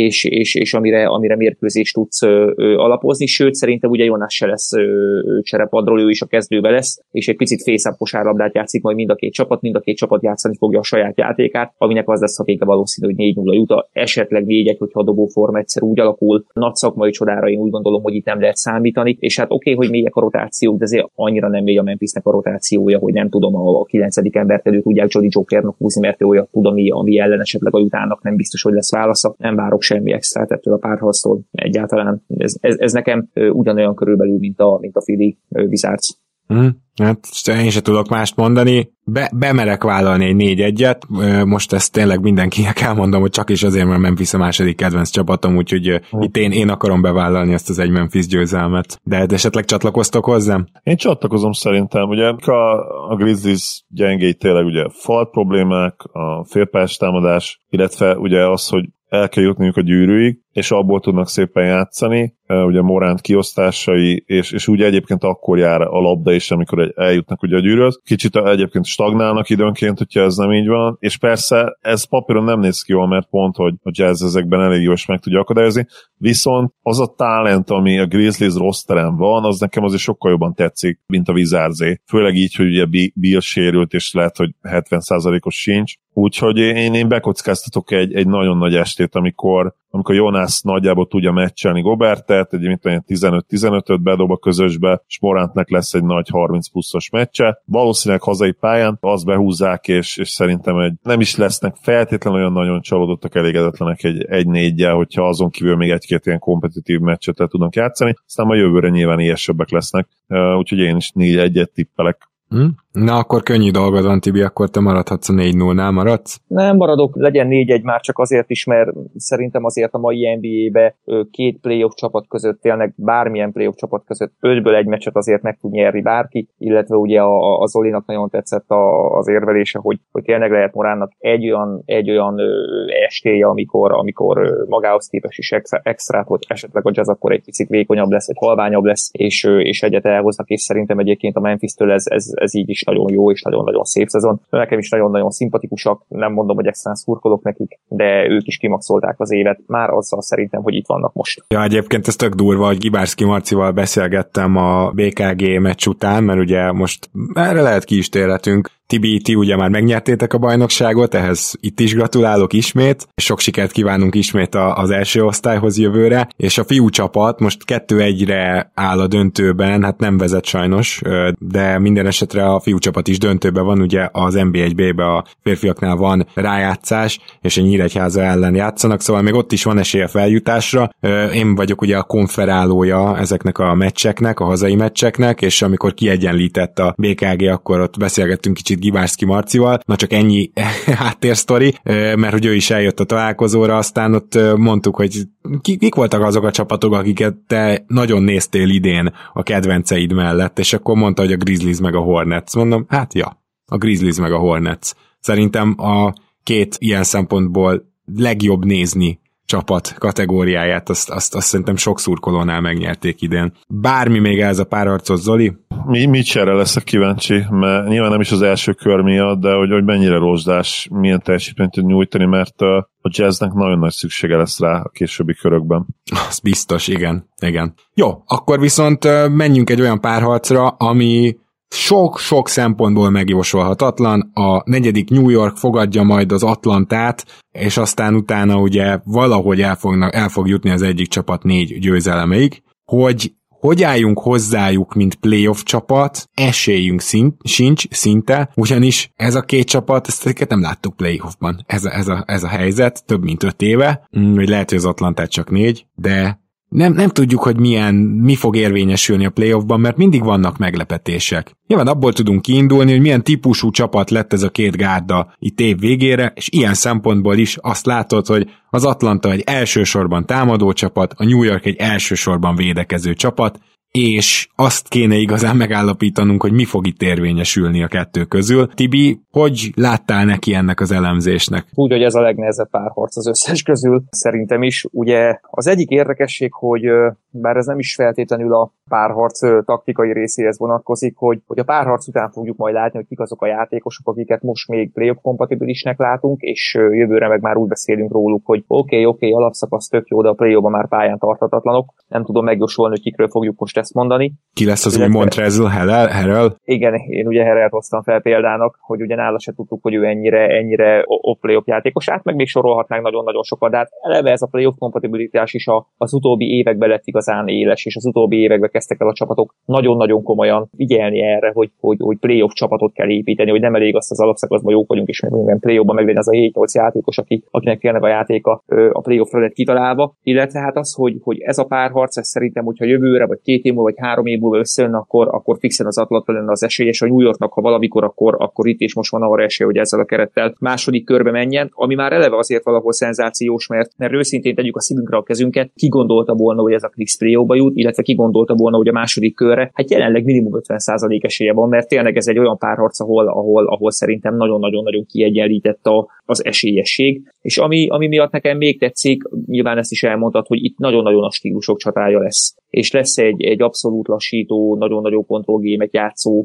és amire mérkőzést tudsz alapozni, sőt szerintem ugye Jonas se lesz cserepadról, ő is a kezdőbe lesz, és egy picit face-up kosárlabdát játszik majd mind a két csapat játszani fogja a saját játékát, aminek az lesz a vége valószínű, hogy 4-0 Utah, esetleg 4-1, hogyha a dobóforma egyszer úgy alakul. Nagy szakmai csodára én úgy gondolom, hogy itt nem lehet számítani, és hát oké, hogy mélyek a rotációk, de azért annyira nem mély a Memphisnek a rotációja, hogy nem tudom, a 9. embert elő tudják Jolly Jokernak húzni, mert ő olyat tud, ami ellen esetleg a Utahnak nem biztos, hogy lesz válasza. Nem várok semmi extrát ettől a párharctól egyáltalán. Ez nekem ugyanolyan körülbelül, mint a Philly Wizards. Hát én se tudok mást mondani. Bemerek vállalni egy 4-1-et. Most ezt tényleg mindenkinek elmondom, hogy csak is azért, mert Memphis a második kedvenc csapatom, úgyhogy itt én akarom bevállalni ezt az egy Memphis győzelmet. De esetleg csatlakoztok hozzám? Én csatlakozom szerintem. Ugye a Grizzlies gyengéi tényleg ugye fal problémák, a félpályás támadás, illetve ugye az, hogy el kell jutniuk a gyűrűig, és abból tudnak szépen játszani, ugye Morant kiosztásai, és ugye egyébként akkor jár a labda is, amikor eljutnak ugye a gyűrűhöz. Kicsit egyébként stagnálnak időnként, hogyha ez nem így van, és persze ez papíron nem néz ki jól, mert pont, hogy a Jazz ezekben elég jól is meg tudja akadályozni, viszont az a talent, ami a Grizzlies rosteren van, az nekem azért sokkal jobban tetszik, mint a Wizardsé. Főleg így, hogy ugye Bill sérült, és lehet, hogy 70%-os sincs. Úgyhogy én bekockáztatok egy nagyon nagy estét, amikor Jonas nagyjából tudja meccselni Gobertet, egy 15-15-öt bedob a közösbe, és Morantnek lesz egy nagy 30 pluszos meccse. Valószínűleg hazai pályán azt behúzzák, és szerintem nem is lesznek feltétlenül olyan nagyon csalódottak, elégedetlenek egy 4-jel, hogyha azon kívül még egy-két ilyen kompetitív meccset el tudnak játszani. Aztán a jövőre nyilván ilyesebbek lesznek, úgyhogy én is 4-1-et tippelek. Na, akkor könnyű dolgod van, Tibi, akkor te maradhatsz a 4-0-nál, maradsz? Nem maradok, legyen 4-1 már csak azért is, mert szerintem azért a mai NBA-be két playoff csapat között, tényleg bármilyen playoff csapat között 5-ből egy meccset azért meg tud nyerni bárki, illetve ugye a Zolinak nagyon tetszett az érvelése, hogy tényleg lehet Moránnak egy olyan estéje, amikor magához képes is extrát, hogy esetleg a Jazz akkor egy picit vékonyabb lesz, vagy halványabb lesz, és egyet elhoznak, és szerintem egyébként a Memphis-től ez így is nagyon jó, és nagyon-nagyon szép szezon. Nekem is nagyon-nagyon szimpatikusak, nem mondom, hogy extrán szurkolok nekik, de ők is kimaxolták az évet, már azzal szerintem, hogy itt vannak most. Ja, egyébként ez tök durva, hogy Gibárszki Marcival beszélgettem a BKG meccs után, mert ugye most erre lehet ki is térhetünk. Tibi, ti ugye már megnyertétek a bajnokságot, ehhez itt is gratulálok ismét, és sok sikert kívánunk ismét az első osztályhoz jövőre, és a fiú csapat most 2-1-re áll a döntőben, hát nem vezet sajnos, de minden esetre a fiú csapat is döntőben van, ugye az NB1B-be a férfiaknál van rájátszás, és a Nyíregyháza ellen játszanak, szóval még ott is van esély a feljutásra. Én vagyok ugye a konferálója ezeknek a meccseknek, a hazai meccseknek, és amikor kiegyenlített a BKG, akkor ott beszélgettünk kicsit Gibárszki Marcival, na csak ennyi háttérsztori, mert hogy ő is eljött a találkozóra, aztán ott mondtuk, hogy kik voltak azok a csapatok, akiket te nagyon néztél idén a kedvenceid mellett, és akkor mondta, hogy a Grizzlies meg a Hornets. Mondom, hát ja, a Grizzlies meg a Hornets. Szerintem a két ilyen szempontból legjobb nézni csapat kategóriáját, azt szerintem sok szurkolónál megnyerték idén. Bármi még ez a párharcos, Zoli? Mitchellre leszek kíváncsi, mert nyilván nem is az első kör miatt, de hogy mennyire rozsdás, milyen teljesítményt tud nyújtani, mert a Jazznek nagyon nagy szüksége lesz rá a későbbi körökben. Az biztos, igen. Jó, akkor viszont menjünk egy olyan párharcra, ami sok-sok szempontból megjósolhatatlan. A negyedik New York fogadja majd az Atlantát, és aztán utána ugye valahogy el fog jutni az egyik csapat 4 győzelemeig. Hogy álljunk hozzájuk, mint playoff csapat, esélyünk sincs szinte, ugyanis ez a két csapat, ezt nem láttuk playoffban. Ez a helyzet több mint 5 éve, vagy lehet, hogy az Atlantát csak 4, de nem tudjuk, hogy mi fog érvényesülni a playoffban, mert mindig vannak meglepetések. Nyilván abból tudunk kiindulni, hogy milyen típusú csapat lett ez a két gárda itt év végére, és ilyen szempontból is azt látod, hogy az Atlanta egy elsősorban támadó csapat, a New York egy elsősorban védekező csapat, és azt kéne igazán megállapítanunk, hogy mi fog itt érvényesülni a kettő közül. Tibi, hogy láttál neki ennek az elemzésnek? Úgy, hogy ez a legnehezebb párharc az összes közül, szerintem is. Ugye az egyik érdekesség, hogy bár ez nem is feltétlenül a párharc taktikai részéhez vonatkozik, hogy a párharc után fogjuk majd látni, hogy kik azok a játékosok, akiket most még playoff kompatibilisnek látunk, és jövőre meg már úgy beszélünk róluk, hogy oké, alapszakasz tök jó, de a playoffban már pályán tarthatatlanok. Nem tudom megjósolni, hogy kikről fogjuk most ezt mondani. Ki lesz az új Montrezl Harrell? Igen, én ugye Harrell hoztam fel példának, hogy ugye nála se tudtuk, hogy ő ennyire playoff játékos, meg még sorolhatnánk nagyon-nagyon sokat, de hát eleve ez a playoff kompatibilitás is az utóbbi években lett igazán éles, és az utóbbi években kezdtek el a csapatok nagyon-nagyon komolyan figyelni erre, hogy playoff csapatot kell építeni, hogy nem elég azt az alapszakaszban jók vagyunk, és minden playoffban meglegyen az a 7-8 játékos, akinek tényleg a játéka a playoffra lett kitalálva, illetve hát az, hogy ez a párharc, ez szerintem, hogyha jövőre, vagy 2 év múlva, vagy 3 év múlva összejön, akkor fixen az Atlanta lenne az esélyes, a New Yorknak, ha valamikor, akkor itt és most van arra esély, hogy ezzel a kerettel második körbe menjen, ami már eleve azért valahol szenzációs, mert őszintén tegyük a szívünkre a kezünket, ki gondolta volna, hogy ez a Knicks playoffba jut, illetve ki gondolta volna, hogy a második körre, hát jelenleg minimum 50% esélye van, mert tényleg ez egy olyan párharc, ahol szerintem nagyon-nagyon-nagyon kiegyenlített az esélyesség, és ami miatt nekem még tetszik, nyilván ezt is elmondtad, hogy itt nagyon-nagyon a stílusok csatája lesz, és lesz egy abszolút lassító, nagyon-nagyon kontrollgémet játszó,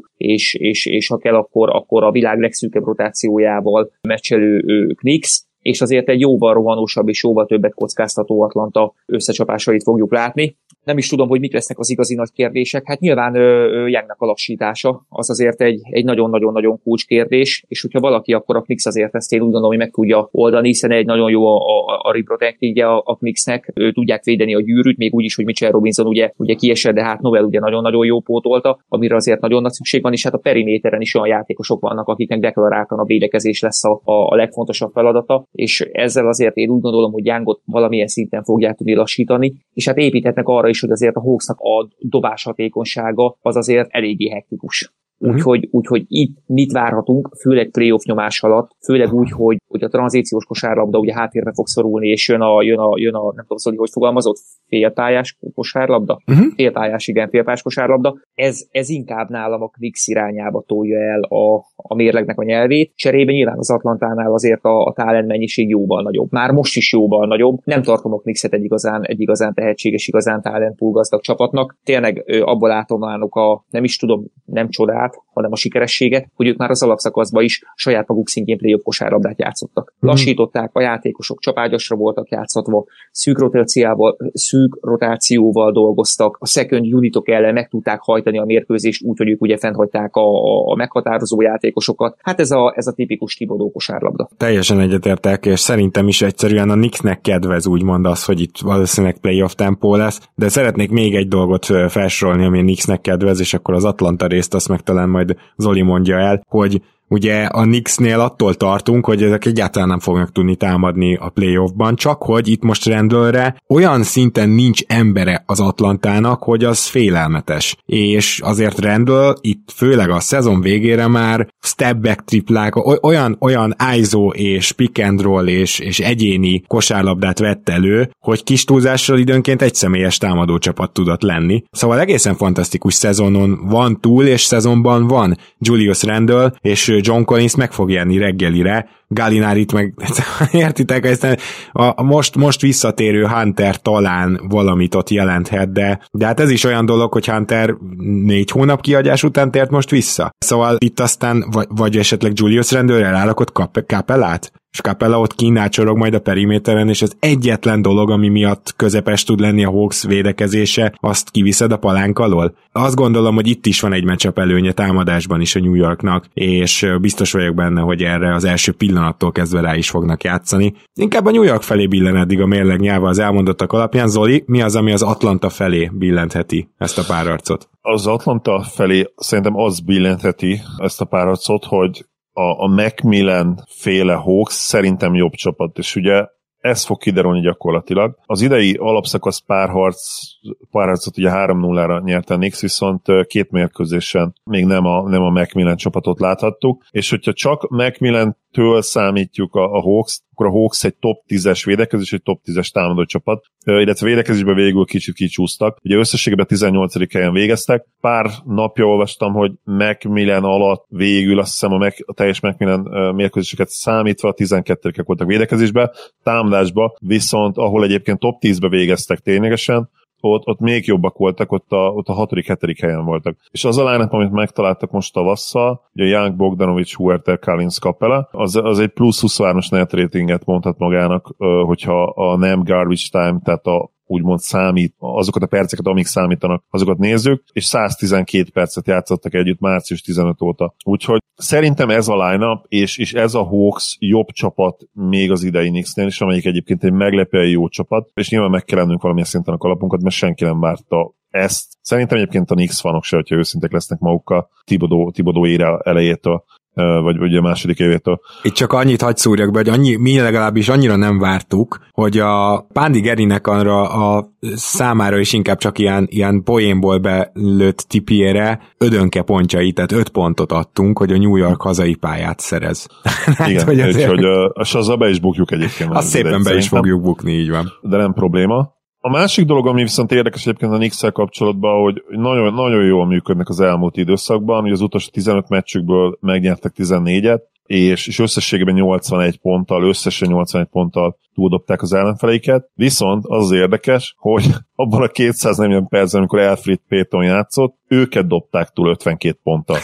és ha kell, akkor a világ legszűkebb rotációjával meccselő Knicks, és azért egy jóval rohanósabb és jóval többet kockáztató Atlanta összecsapásait fogjuk látni. Nem is tudom, hogy mik lesznek az igazi nagy kérdések. Hát nyilván Youngnak a lassítása, az azért egy nagyon-nagyon-nagyon kulcskérdés, és hogyha valaki, akkor a Knicks azért ezt én úgy gondolom, hogy meg tudja oldani, hiszen egy nagyon jó a rim protectingje a Knicksnek, tudják védeni a gyűrűt, még úgy is, hogy Mitchell Robinson ugye kiesett, de hát Noel ugye nagyon-nagyon jó pótolta, amire azért nagyon nagy szükség van, és hát a periméteren is olyan játékosok vannak, akiknek deklaráltan a védekezés lesz a legfontosabb feladata, és ezzel azért én úgy gondolom, hogy Youngot valamilyen szinten fogják tudni lassítani, és hát építhetnek arra is, hogy azért a Hawksnak a dobás hatékonysága az azért eléggé hektikus. Úgyhogy itt mit várhatunk, főleg playoff nyomás alatt, főleg úgy, hogy a tranzíciós kosárlabda ugye háttérbe fog szorulni, és jön a nem tudom Zoli, hogy fogalmazott, félpályás kosárlabda? Félpályás kosárlabda. Ez inkább nálam a Knicks irányába tolja el a mérlegnek a nyelvét. Cserében nyilván az Atlantánál azért a talent mennyiség jóval nagyobb. Már most is jóval nagyobb. Nem tartom a Knickset egy igazán tehetséges, igazán talentpool gazdag csapatnak. Tényleg abból látom náluk nem is tudom, nem csodát, hanem a sikerességet, hogy ők már az alapszakaszban is saját maguk szintjén playoff kosárlabdát játszottak. Lassították, a játékosok csapágyasra voltak játszatva, szűk rotációval dolgoztak, a second unitok ellen meg tudták hajtani a mérkőzést úgy, hogy ők ugye fennhagyták a meghatározó játékosokat. Hát ez a tipikus Thibodeau kosárlabda. Teljesen egyetértek, és szerintem is egyszerűen a Knicksnek kedvez úgymond az, hogy itt valószínűleg playoff tempó lesz, de szeretnék még egy dolgot felsorolni, ami a Knicksnek kedvez, és akkor az Atlanta részt azt meg talán majd Zoli mondja el, hogy ugye a Knicksnél attól tartunk, hogy ezek egyáltalán nem fognak tudni támadni a playoffban, csak hogy itt most Randallre olyan szinten nincs embere az Atlantának, hogy az félelmetes. És azért Randall itt főleg a szezon végére már step back triplák, olyan ISO és pick and roll és egyéni kosárlabdát vett elő, hogy kis túlzással időnként egy személyes támadó csapat tudott lenni. Szóval egészen fantasztikus szezonon van túl, és szezonban van Julius Randall, és John Collins meg fog jönni reggelire, Gallinárit meg, értitek, ezt most visszatérő Hunter talán valamit ott jelenthet, de hát ez is olyan dolog, hogy Hunter 4 hónap kihagyás után tért most vissza. Szóval itt aztán, vagy esetleg Julius Randle rárakott Capellát, és Capella ott kínácsorog majd a periméteren, és az egyetlen dolog, ami miatt közepes tud lenni a Hawks védekezése, azt kiviszed a palánk alól. Azt gondolom, hogy itt is van egy matchup előnye támadásban is a New Yorknak, és biztos vagyok benne, hogy erre az első pillanattól kezdve rá is fognak játszani. Inkább a New York felé billen eddig a mérleg nyelve az elmondottak alapján. Zoli, mi az, ami az Atlanta felé billentheti ezt a párharcot? Az Atlanta felé szerintem az billentheti ezt a párharcot, hogy a Macmillan féle Hawks szerintem jobb csapat, és ugye ez fog kiderülni gyakorlatilag. Az idei alapszakasz párharcot ugye 3-0-ra nyerte a Knicks, viszont 2 mérkőzésen még nem a Macmillan csapatot láthattuk, és hogyha csak Macmillan-től számítjuk a Hawks, akkor a Hawks egy top 10-es védekezés, egy top 10-es támadó csapat, illetve védekezésben végül kicsit kicsúsztak. Ugye összességében 18. helyen végeztek. Pár napja olvastam, hogy Macmillan alatt végül azt hiszem a teljes Macmillan mérkőzéseket számítva 12-ek voltak védekezésben, támadásba, viszont ahol egyébként top 10-be végeztek ténylegesen, ott még jobbak voltak, ott a 6.-7. helyen voltak. És az a line-up, amit megtaláltak most tavasszal, ugye Young, Bogdanovic, Huerter, Collins, Capella, az egy plusz 23-as net ratinget mondhat magának, hogyha a nem garbage time, tehát úgymond számít, azokat a perceket, amik számítanak, azokat nézzük, és 112 percet játszottak együtt március 15 óta. Úgyhogy szerintem ez a line-up, és ez a Hawks jobb csapat még az idei Knicksnél is, amelyik egyébként egy meglepően jó csapat, és nyilván meg kell lennünk valamilyen szinten a kalapunkat, mert senki nem várta ezt. Szerintem egyébként a Knicks fanok se, hogyha őszintek lesznek magukkal Thibodeau ére elejétől, vagy ugye a második évétől. Itt csak annyit hagy szúrjak be, hogy mi legalábbis annyira nem vártuk, hogy a Pándi Gerinek arra a számára is inkább csak ilyen poénból belőtt tipiére ödönke pontjai, tehát 5 pontot adtunk, hogy a New York hazai pályát szerez. Igen, úgyhogy azzal be is bukjuk egyébként. Azt szépen be is fogjuk bukni, így van. De nem probléma. A másik dolog, ami viszont érdekes egyébként a Knicks-szel kapcsolatban, hogy nagyon, nagyon jól működnek az elmúlt időszakban, hogy az utolsó 15 meccsükből megnyertek 14-et, és összességében 81 ponttal, összesen 81 ponttal túldobták az ellenfeleiket. Viszont az érdekes, hogy abban a 240 percben, amikor Elfrid Payton játszott, őket dobták túl 52 ponttal.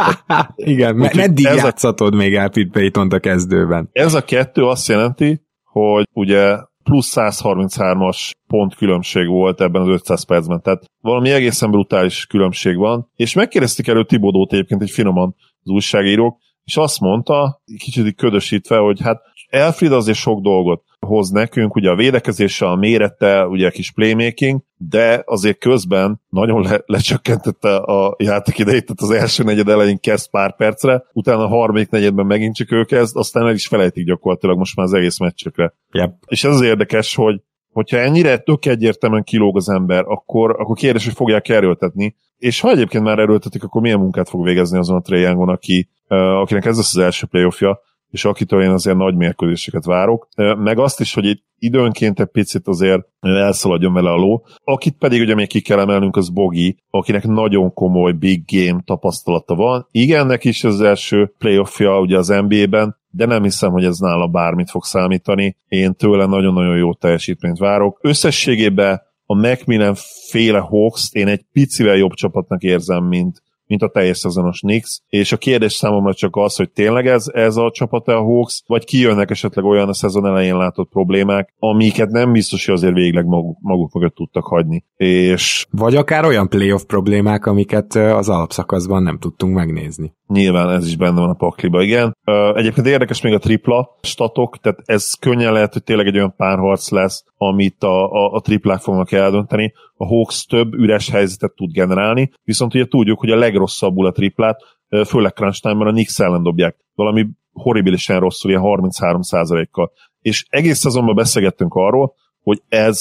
Igen, meddig játszhatod még Elfrid Paytont a kezdőben? Ez a kettő azt jelenti, hogy ugye plusz 133-as pont különbség volt ebben az 500 percben, tehát valami egészen brutális különbség van, és megkérdezték elő Thibodeaut egyébként egy finoman az újságírók, és azt mondta, kicsit ködösítve, hogy hát Elfrid azért sok dolgot hoz nekünk, ugye a védekezéssel, a mérettel, ugye a kis playmaking, de azért közben nagyon lecsökkentette a játék idejét, tehát az első negyed elején kezd pár percre, utána a harmadik negyedben megint csak ő kezd, aztán el is felejtik gyakorlatilag most már az egész meccsekre. Yep. És ez az érdekes, hogyha ennyire tök egyértelműen kilóg az ember, akkor kérdés, hogy fogják erőltetni, és ha egyébként már erőltetik, akkor milyen munkát fog végezni azon a Trae Youngon, akinek ez lesz az első playoffja, és akitől én azért nagy mérkőzéseket várok. Meg azt is, hogy itt időnként egy picit azért elszaladjon vele a ló. Akit pedig ugye még ki kell emelnünk, az Bogi, akinek nagyon komoly big game tapasztalata van. Igen, neki is az első playoffja ugye az NBA-ben, de nem hiszem, hogy ez nála bármit fog számítani. Én tőle nagyon-nagyon jó teljesítményt várok. Összességében a Macmillan féle Hawks-t én egy picivel jobb csapatnak érzem, mint a teljes szezonos Knicks, és a kérdés számomra csak az, hogy tényleg ez a csapat a Hawks, vagy kijönnek esetleg olyan a szezon elején látott problémák, amiket nem biztos, hogy azért végleg maguk mögött tudtak hagyni. Vagy akár olyan playoff problémák, amiket az alapszakaszban nem tudtunk megnézni. Nyilván ez is benne van a pakliba, igen. Egyébként érdekes még a tripla statok, tehát ez könnyen lehet, hogy tényleg egy olyan párharc lesz, amit a triplák fognak eldönteni. A Hawks több üres helyzetet tud generálni, viszont ugye tudjuk, hogy a legrosszabbul a triplát, főleg crunch time-ban a Knicks ellen dobják. Valami horribilisen rosszul, ilyen 33%-kal. És egész szezonban beszélgettünk arról, hogy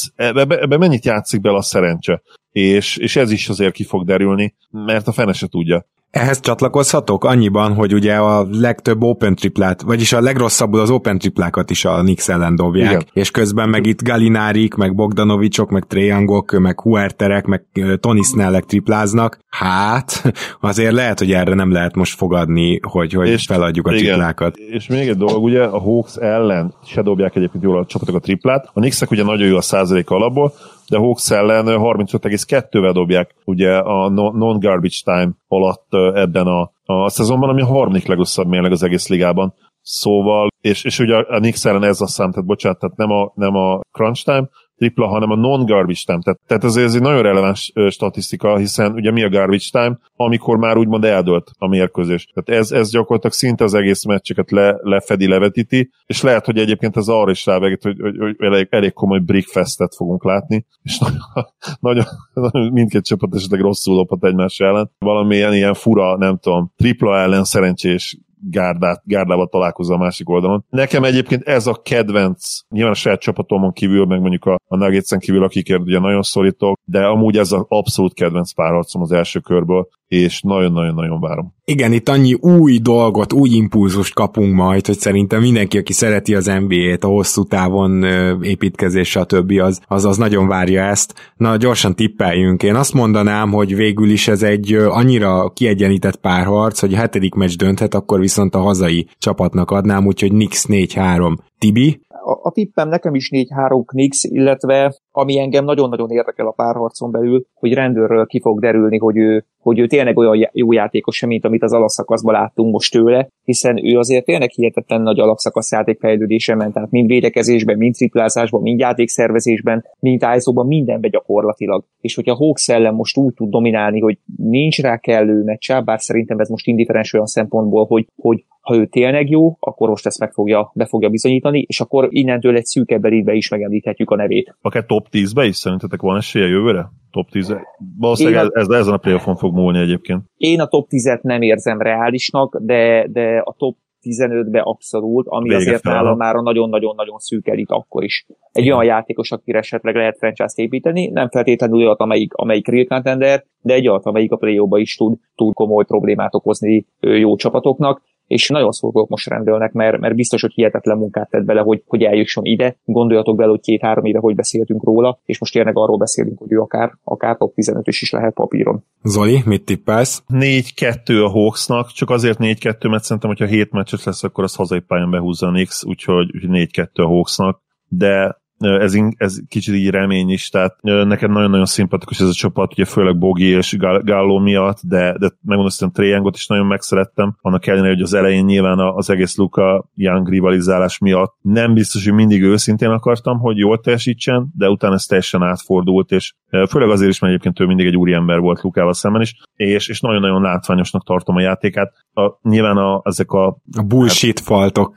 ebbe mennyit játszik bele a szerencse. És ez is azért ki fog derülni, mert a fene se tudja. Ehhez csatlakozhatok annyiban, hogy ugye a legtöbb open triplát, vagyis a legrosszabbul az open triplákat is a Knicks ellen dobják, igen. És közben meg itt Gallinárik, meg Bogdanovicsok, meg Trae Youngok, meg Huerterek, meg Tony Snellek tripláznak. Hát, azért lehet, hogy erre nem lehet most fogadni, hogy feladjuk a triplákat. És még egy dolog, ugye a Hawks ellen se dobják egyébként jól a csapatok a triplát. A Knicksnek ugye nagyon jó a százalék alapból, de a Hawks ellen 35,2-vel dobják ugye a non-garbage time alatt ebben a szezonban, ami a harmadik legrosszabb mérleg az egész ligában. Szóval, és ugye a Knicks ellen ez a szám, tehát bocsánat, tehát nem a crunch time tripla, hanem a non-garbage time. Tehát ez egy nagyon releváns statisztika, hiszen ugye mi a garbage time, amikor már úgymond eldőlt a mérkőzés. Tehát ez gyakorlatilag szinte az egész meccseket lefedi, levetíti, és lehet, hogy egyébként ez arra is ráveget, hogy elég komoly brickfestet fogunk látni, és nagyon mindkét csapat esetleg rosszul lophat egymás ellen. Valamilyen ilyen fura, nem tudom, tripla ellen szerencsés gárdával találkozza a másik oldalon. Nekem egyébként ez a kedvenc, nyilván a saját csapatomon kívül, meg mondjuk a Nuggetsen kívül, akikért ugye nagyon szorítok, de amúgy ez az abszolút kedvenc párharcom az első körből, és nagyon-nagyon-nagyon várom. Igen, itt annyi új dolgot, új impulzust kapunk majd, hogy szerintem mindenki, aki szereti az NBA-t, a hosszú távon építkezés, stb. Az nagyon várja ezt. Na, gyorsan tippeljünk. Én azt mondanám, hogy végül is ez egy annyira kiegyenlített párharc, hogy a 7. meccs dönthet, akkor viszont a hazai csapatnak adnám, úgyhogy Knicks 4-3. Tibi? A tippem nekem is 4-3 Knicks, illetve ami engem nagyon-nagyon érdekel a párharcon belül, hogy rendőrről ki fog derülni, hogy ő tényleg olyan jó játékos sem, mint amit az alapszakaszban láttunk most tőle, hiszen ő azért tényleg hihetetlen nagy alapszakasz játékfejlődésen ment, tehát mind védekezésben, mind triplázásban, mind játékszervezésben, mind ISO-ban, mindenben gyakorlatilag. És hogyha Hawks ellen most úgy tud dominálni, hogy nincs rá kellő meccse, bár szerintem ez most indifferens olyan szempontból, hogy ha ő tényleg jó, akkor most ezt be fogja bizonyítani, és akkor innentől egy szűkebb elitbe is megemlíthetjük a nevét. Akár top 10-be is szerintetek van esélye jövőre? Top 10? Valószínűleg ezen a playoffon fog múlni egyébként. Én a top 10-et nem érzem reálisnak, de a top 15-be abszolút, ami vége azért nálam már a nagyon-nagyon-nagyon szűk elit akkor is. Egy olyan játékos, akire esetleg lehet franchise-t építeni, nem feltétlenül olyat, amelyik real contender, de egy olyat, amelyik a play-offba is tud komoly problémát okozni jó csapatoknak, és nagyon szurkolok most Randallnek, mert biztos, hogy hihetetlen munkát tett bele, hogy eljusson ide. Gondoljatok bele, hogy 2-3 éve hogy beszéltünk róla, és most tényleg arról beszélünk, hogy ő akár top 15 is lehet papíron. Zoli, mit tippelsz? 4-2 a Hawksnak, csak azért 4-2, mert szerintem, hogyha 7 meccses lesz, akkor az hazai pályán behúzza a Knicks, úgyhogy 4-2 a Hawksnak, de ez kicsit így remény is, tehát nekem nagyon-nagyon szimpatikus ez a csapat, ugye főleg Bogi és Gallo miatt, de megmondom, hogy Trae Youngot is nagyon megszerettem, annak ellenére, hogy az elején nyilván az egész Luka Young rivalizálás miatt nem biztos, hogy mindig őszintén akartam, hogy jól teljesítsen, de utána ez teljesen átfordult, és főleg azért is, mert egyébként ő mindig egy úriember volt Lukával szemben is, és nagyon-nagyon látványosnak tartom a játékát. Nyilván ezek a bullshit faltok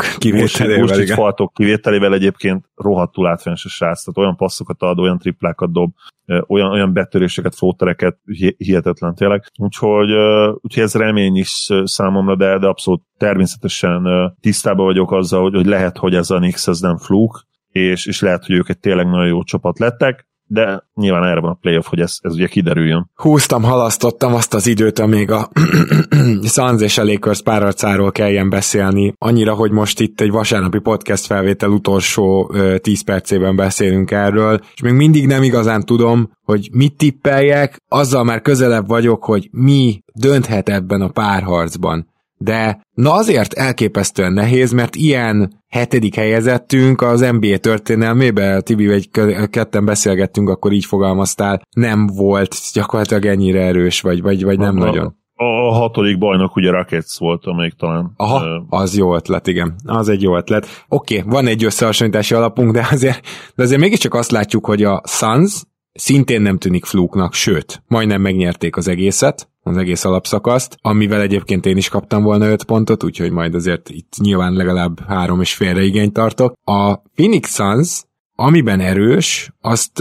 kivételével egyébként rohadtul látványos a srác, tehát olyan passzokat ad, olyan triplákat dob, olyan betöréseket, flótereket, hihetetlen tényleg. Úgyhogy ez remény is számomra, de abszolút természetesen tisztában vagyok azzal, hogy lehet, hogy ez a Knicks ez nem fluk, és lehet, hogy ők egy tényleg nagyon jó csapat lettek, de nyilván erre van a playoff, hogy ez ugye kiderüljön. Halasztottam azt az időt, amíg a Suns és a Lakers párharcáról kelljen beszélni. Annyira, hogy most itt egy vasárnapi podcast felvétel utolsó 10 percében beszélünk erről, és még mindig nem igazán tudom, hogy mit tippeljek, azzal már közelebb vagyok, hogy mi dönthet ebben a párharcban. De na azért elképesztően nehéz, mert ilyen 7. helyezettünk az NBA történelmében, Tibi, vagy ketten beszélgettünk, akkor így fogalmaztál, nem volt gyakorlatilag ennyire erős, vagy nem nagyon. A 6. bajnok ugye Rockets volt, amelyik talán... Aha, az jó ötlet, igen. Az egy jó ötlet. Oké, van egy összehasonlítási alapunk, de azért mégiscsak azt látjuk, hogy a Suns szintén nem tűnik fluknak, sőt, majdnem megnyerték az egész alapszakaszt, amivel egyébként én is kaptam volna 5 pontot, úgyhogy majd azért itt nyilván legalább 3,5-re igényt tartok. A Phoenix Suns, amiben erős, azt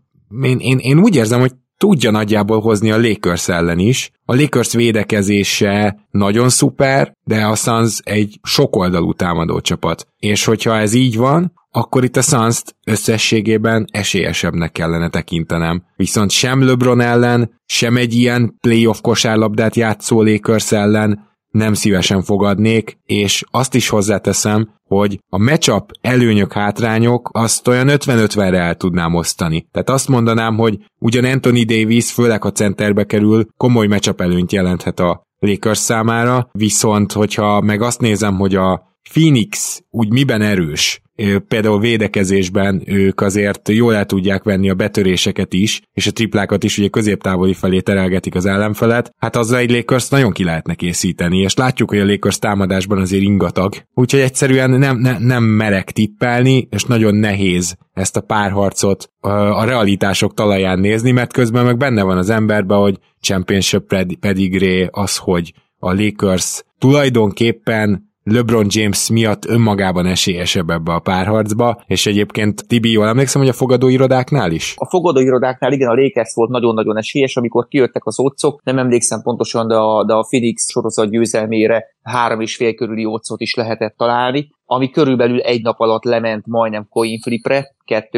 én úgy érzem, hogy tudja nagyjából hozni a Lakers ellen is. A Lakers védekezése nagyon szuper, de a Suns egy sokoldalú támadó csapat. És hogyha ez így van, akkor itt a Suns-t összességében esélyesebbnek kellene tekintenem. Viszont sem LeBron ellen, sem egy ilyen playoff kosárlabdát játszó Lakers ellen nem szívesen fogadnék, és azt is hozzáteszem, hogy a matchup előnyök-hátrányok azt olyan 50-50-re el tudnám osztani. Tehát azt mondanám, hogy ugyan Anthony Davis, főleg ha centerbe kerül, komoly matchup előnyt jelenthet a Lakers számára, viszont hogyha meg azt nézem, hogy a Phoenix úgy miben erős, például védekezésben ők azért jól el tudják venni a betöréseket is, és a triplákat is ugye középtávoli felé terelgetik az ellenfelet, hát azzal egy Lakers nagyon ki lehetne készíteni, és látjuk, hogy a Lakers támadásban azért ingatag, úgyhogy egyszerűen nem merek tippelni, és nagyon nehéz ezt a párharcot a realitások talaján nézni, mert közben meg benne van az emberben, hogy championship pedigree az, hogy a Lakers tulajdonképpen LeBron James miatt önmagában esélyesebb ebbe a párharcba, és egyébként Tibi, jól emlékszem, hogy a fogadóirodáknál is? A fogadóirodáknál igen, a Lakers volt nagyon-nagyon esélyes, amikor kijöttek az oddsok, nem emlékszem pontosan, de a Phoenix sorozat győzelmére 3,5 körüli oddsot is lehetett találni, ami körülbelül egy nap alatt lement majdnem coin flipre,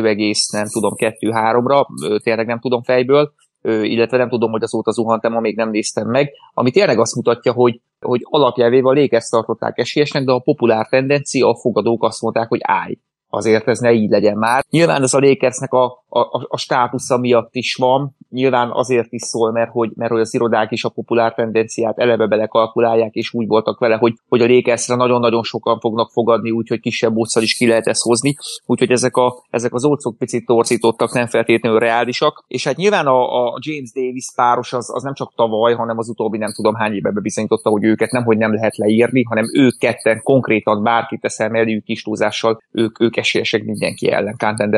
2,3-ra, tényleg nem tudom fejből, illetve nem tudom, hogy azóta zuhant-e, ma még nem néztem meg, ami tényleg azt mutatja, hogy alapjávéve a Lakers tartották esélyesnek, de a populár tendencia, a fogadók azt mondták, hogy állj. Azért ez ne így legyen már. Nyilván ez a Lakersnek a státusza miatt is van, nyilván azért is szól, mert hogy az irodák is a populár tendenciát eleve belekalkulálják, és úgy voltak vele, hogy a Lakersre nagyon-nagyon sokan fognak fogadni, úgyhogy kisebb óccal is ki lehet ezt hozni, úgyhogy ezek az ócok picit torzítottak, nem feltétlenül reálisak, és hát nyilván a James Davis páros az nem csak tavaly, hanem az utóbbi nem tudom hány évben bebizonyította, hogy őket nem lehet leírni, hanem ők ketten konkrétan bárkit teszel eléjük kis túlzással, ők esélyesek mindenki ellen,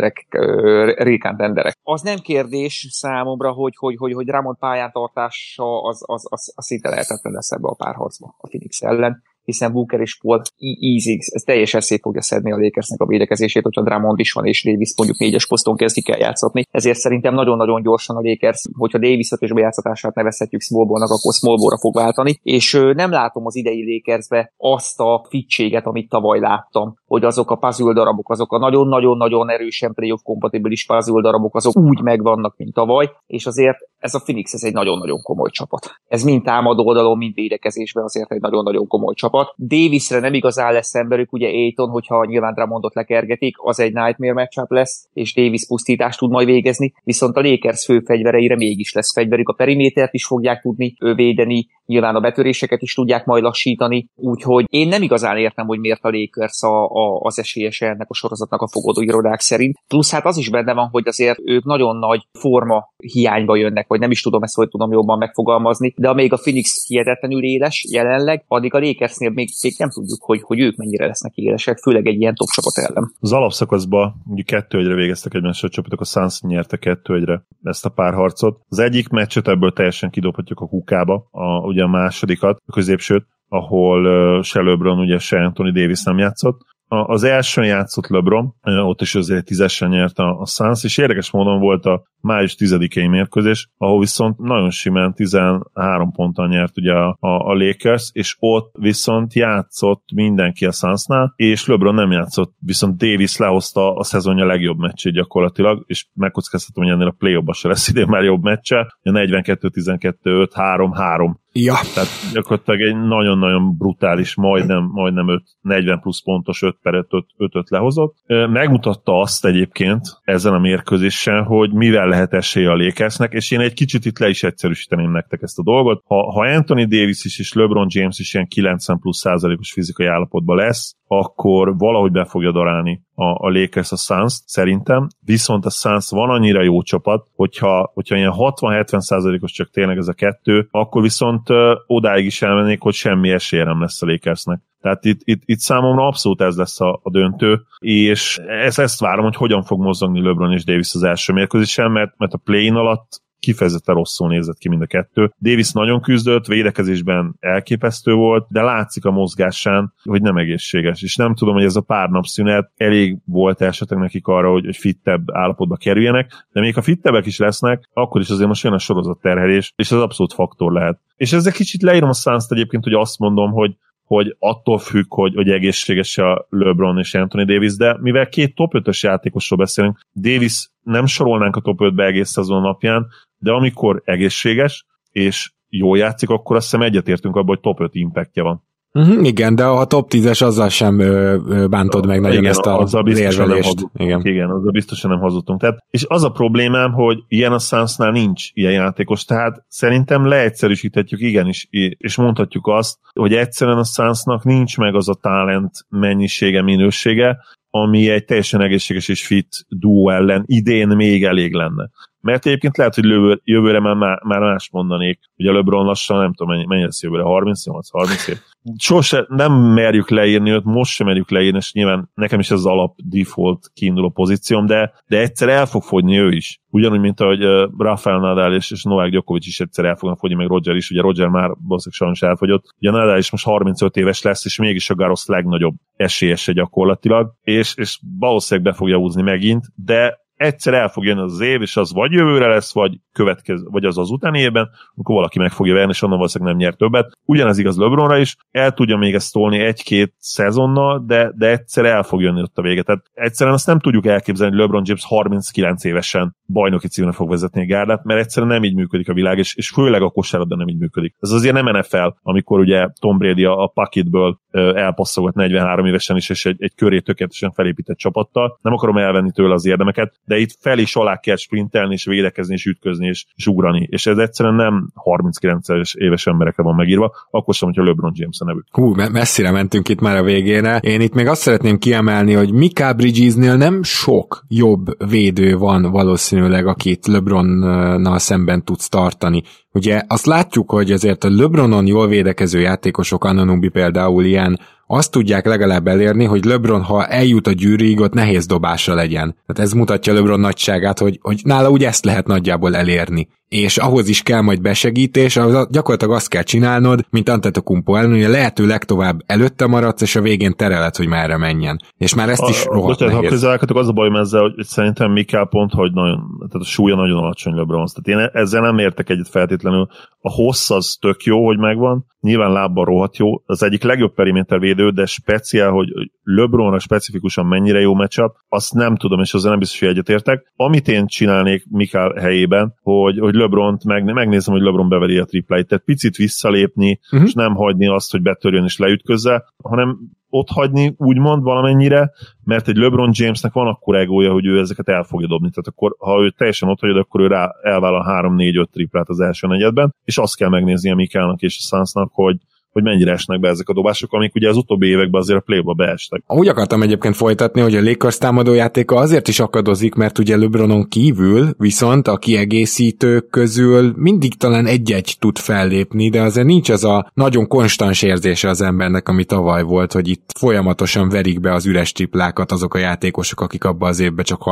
contenderek. Az nem kérdés számomra, hogy Drummond pályán tartása az szinte lehetetlen lesz ebbe a párharcba a Phoenix ellen, hiszen Booker és Paul easy, ez teljesen szét fogja szedni a Lakersnek a védekezését, hogyha Drummond is van, és Davis mondjuk 4-es poszton kezdik el játszatni. Ezért szerintem nagyon-nagyon gyorsan a Lakers, hogyha Davis-ot és bejátszatását nevezhetjük small ballnak, akkor small ballra fog váltani, és nem látom az idei Lakersbe azt a fittséget, amit tavaly láttam, hogy azok a puzzle darabok, azok a nagyon-nagyon-nagyon erősen playoff kompatibilis puzzle darabok, azok úgy megvannak, mint tavaly, és azért ez a Phoenix, ez egy nagyon-nagyon komoly csapat. Ez mind támadó oldalon, mind védekezésben azért egy nagyon-nagyon komoly csapat. Davisre nem igazán lesz emberük, ugye Ayton, hogyha nyilván Drummondot lekergetik, az egy nightmare matchup lesz, és Davis pusztítást tud majd végezni, viszont a Lakers fő fegyvereire mégis lesz fegyverük, a perimétert is fogják tudni védeni, nyilván a betöréseket is tudják majd lassítani, úgyhogy én nem igazán értem, hogy miért a Lakers az esélyese ennek a sorozatnak a fogadóirodák szerint. Plusz hát az is benne van, hogy azért ők nagyon nagy forma hiányba jönnek, vagy nem is tudom ezt, hogy tudom jobban megfogalmazni, de amíg a Phoenix hihetetlenül éles jelenleg, addig a Lakersnél még nem tudjuk, hogy ők mennyire lesznek élesek, főleg egy ilyen top csapat ellen. Az alapszakaszban ugye 2-1-re végeztek egymással a csapatok, a Suns nyerte 2-1-re ezt a párharcot. Az egyik meccset ebből teljesen kidobhatjuk a kukába, ugye a másodikat, a középsőt, ahol se LeBron, ugye se Anthony Davis nem játszott. Az elsőn játszott LeBron, ott is azért 10-esen nyert a Suns, és érdekes módon volt a május 10-i mérkőzés, ahol viszont nagyon simán 13 ponttal nyert ugye a Lakers, és ott viszont játszott mindenki a Sunsnál, és LeBron nem játszott, viszont Davis lehozta a szezonja legjobb meccsét gyakorlatilag, és megkockáztatom, hogy ennél a play-offban se lesz idén már jobb meccse, 42-12-5-3-3. Ja. Tehát gyakorlatilag egy nagyon-nagyon brutális, majdnem 40 plusz pontos 5/5-öt lehozott. Megmutatta azt egyébként ezen a mérkőzésen, hogy mivel lehet esélye a Lakersnek, és én egy kicsit itt le is egyszerűsíteném nektek ezt a dolgot. Ha Anthony Davis is és LeBron James is ilyen 90+% fizikai állapotban lesz, akkor valahogy be fogja darálni a Lakers a Suns-t, szerintem. Viszont a Suns van annyira jó csapat, hogyha ilyen 60-70%-os csak tényleg ez a kettő, akkor viszont odáig is elmennék, hogy semmi esélye nem lesz a Lakersnek. Tehát itt számomra abszolút ez lesz a döntő, és ezt várom, hogy hogyan fog mozogni LeBron és Davis az első mérkőzésen, mert a play-in alatt kifejezetten rosszul nézett ki mind a kettő. Davis nagyon küzdött, védekezésben elképesztő volt, de látszik a mozgásán, hogy nem egészséges. És nem tudom, hogy ez a pár napszünet elég volt esetleg nekik arra, hogy fittebb állapotba kerüljenek, de még ha fittebbek is lesznek, akkor is azért most jön a sorozat terhelés, és ez abszolút faktor lehet. És ezzel kicsit leírom a Suns-t egyébként, hogy azt mondom, hogy attól függ, hogy egészséges a LeBron és Anthony Davis, de mivel két top 5-ös játékosról beszélünk, Davis nem sorolnánk a top 5-be egész szezon napján, de amikor egészséges és jól játszik, akkor azt hiszem egyetértünk abban, hogy top 5 impactja van. Igen, de a top 10-es azzal sem bántod meg nagyon ezt a érvelést. Igen, azzal biztosan nem hazudtunk. Tehát, és az a problémám, hogy ilyen a Sunsnál nincs ilyen játékos, tehát szerintem leegyszerűsíthetjük igenis, és mondhatjuk azt, hogy egyszerűen a Sunsnak nincs meg az a talent mennyisége, minősége, ami egy teljesen egészséges és fit duó ellen idén még elég lenne. mert egyébként lehet, hogy jövőre már más mondanék. Ugye LeBron lassan, nem tudom, mennyi lesz jövőre, 30 év. Sose nem merjük leírni őt, most sem merjük leírni, és nyilván nekem is ez az alap default kiinduló pozícióm, de egyszer el fog fogyni ő is. Ugyanúgy, mint ahogy Rafael Nadal és Novák Djokovic is egyszer el fognak fogyni, meg Roger is. Ugye Roger már valószínűleg sajnos elfogyott. Ugye Nadal is most 35 éves lesz, és mégis a Garros legnagyobb esélyese gyakorlatilag, és valószínűleg be fogja húzni megint, de egyszer el fog jönni az év, és az vagy jövőre lesz, vagy az utáni évben, akkor valaki meg fogja verni, és onnan valószínűleg nem nyer többet. Ugyanez igaz LeBronra is, el tudja még ezt tolni 1-2 szezonnal, de egyszer el fog jönni ott a vége. Tehát egyszerűen azt nem tudjuk elképzelni, hogy LeBron James 39 évesen bajnoki címre fog vezetni a gárdát, mert egyszerűen nem így működik a világ, és főleg a kosárlabda nem így működik. Ez azért nem NFL, amikor ugye Tom Brady a pocketből elpasszogat 43 évesen is, és egy köré tökéletesen felépített csapattal. Nem akarom elvenni tőle az érdemeket, de itt fel is alá kell sprintelni, és védekezni, és ütközni, és ugrani. És ez egyszerűen nem 39 éves emberekre van megírva, akkor sem, hogyha LeBron James a nevük. Messzire mentünk itt már a végére. Én itt még azt szeretném kiemelni, hogy Mikal Bridgesnél nem sok jobb védő van valószínűleg, akit LeBronnal szemben tudsz tartani. Ugye azt látjuk, hogy azért a LeBronon jól védekező játékosok, Anunoby például ilyen, azt tudják legalább elérni, hogy LeBron, ha eljut a gyűrűig, ott nehéz dobása legyen. Tehát ez mutatja LeBron nagyságát, hogy nála úgy ezt lehet nagyjából elérni. És ahhoz is kell majd besegítés, gyakorlatilag azt kell csinálnod, mint Antetokounmpo ellen, hogy a lehető legtovább előtte maradsz, és a végén tereled, hogy merre menjen. És már ezt is rohadt nehéz. Ha közelkedtek, az a bajom ezzel, hogy szerintem Mikal pont, hogy tehát a súlya nagyon alacsony LeBron. Tehát én ezzel nem értek egyet feltétlenül. A hossz az tök jó, hogy megvan, nyilván lábban rohadt jó, az egyik legjobb perimétervédő, de speciál, hogy LeBronra specifikusan mennyire jó matchup, azt nem tudom, és azzal nem biztos, hogy egyetértek. Amit én csinálnék Mikal helyében, hogy LeBront megnézem, hogy LeBron beveri a tripláit, tehát picit visszalépni, és nem hagyni azt, hogy betörjön és leütközze, hanem ott hagyni úgymond valamennyire, mert egy LeBron Jamesnek van akkor egója, hogy ő ezeket el fogja dobni. Tehát akkor, ha ő teljesen ott hagyod, akkor ő elvállal 3-4-5 triplát az első negyedben, és azt kell megnézni a Mikalnak és a Sunsnak, hogy mennyire esnek be ezek a dobások, amik ugye az utóbbi években azért a play-ba beestek. Úgy akartam egyébként folytatni, hogy a Lakers támadójátéka azért is akadozik, mert ugye LeBronon kívül, viszont a kiegészítők közül mindig talán egy-egy tud fellépni, de azért nincs az a nagyon konstans érzése az embernek, ami tavaly volt, hogy itt folyamatosan verik be az üres triplákat azok a játékosok, akik abban az évben csak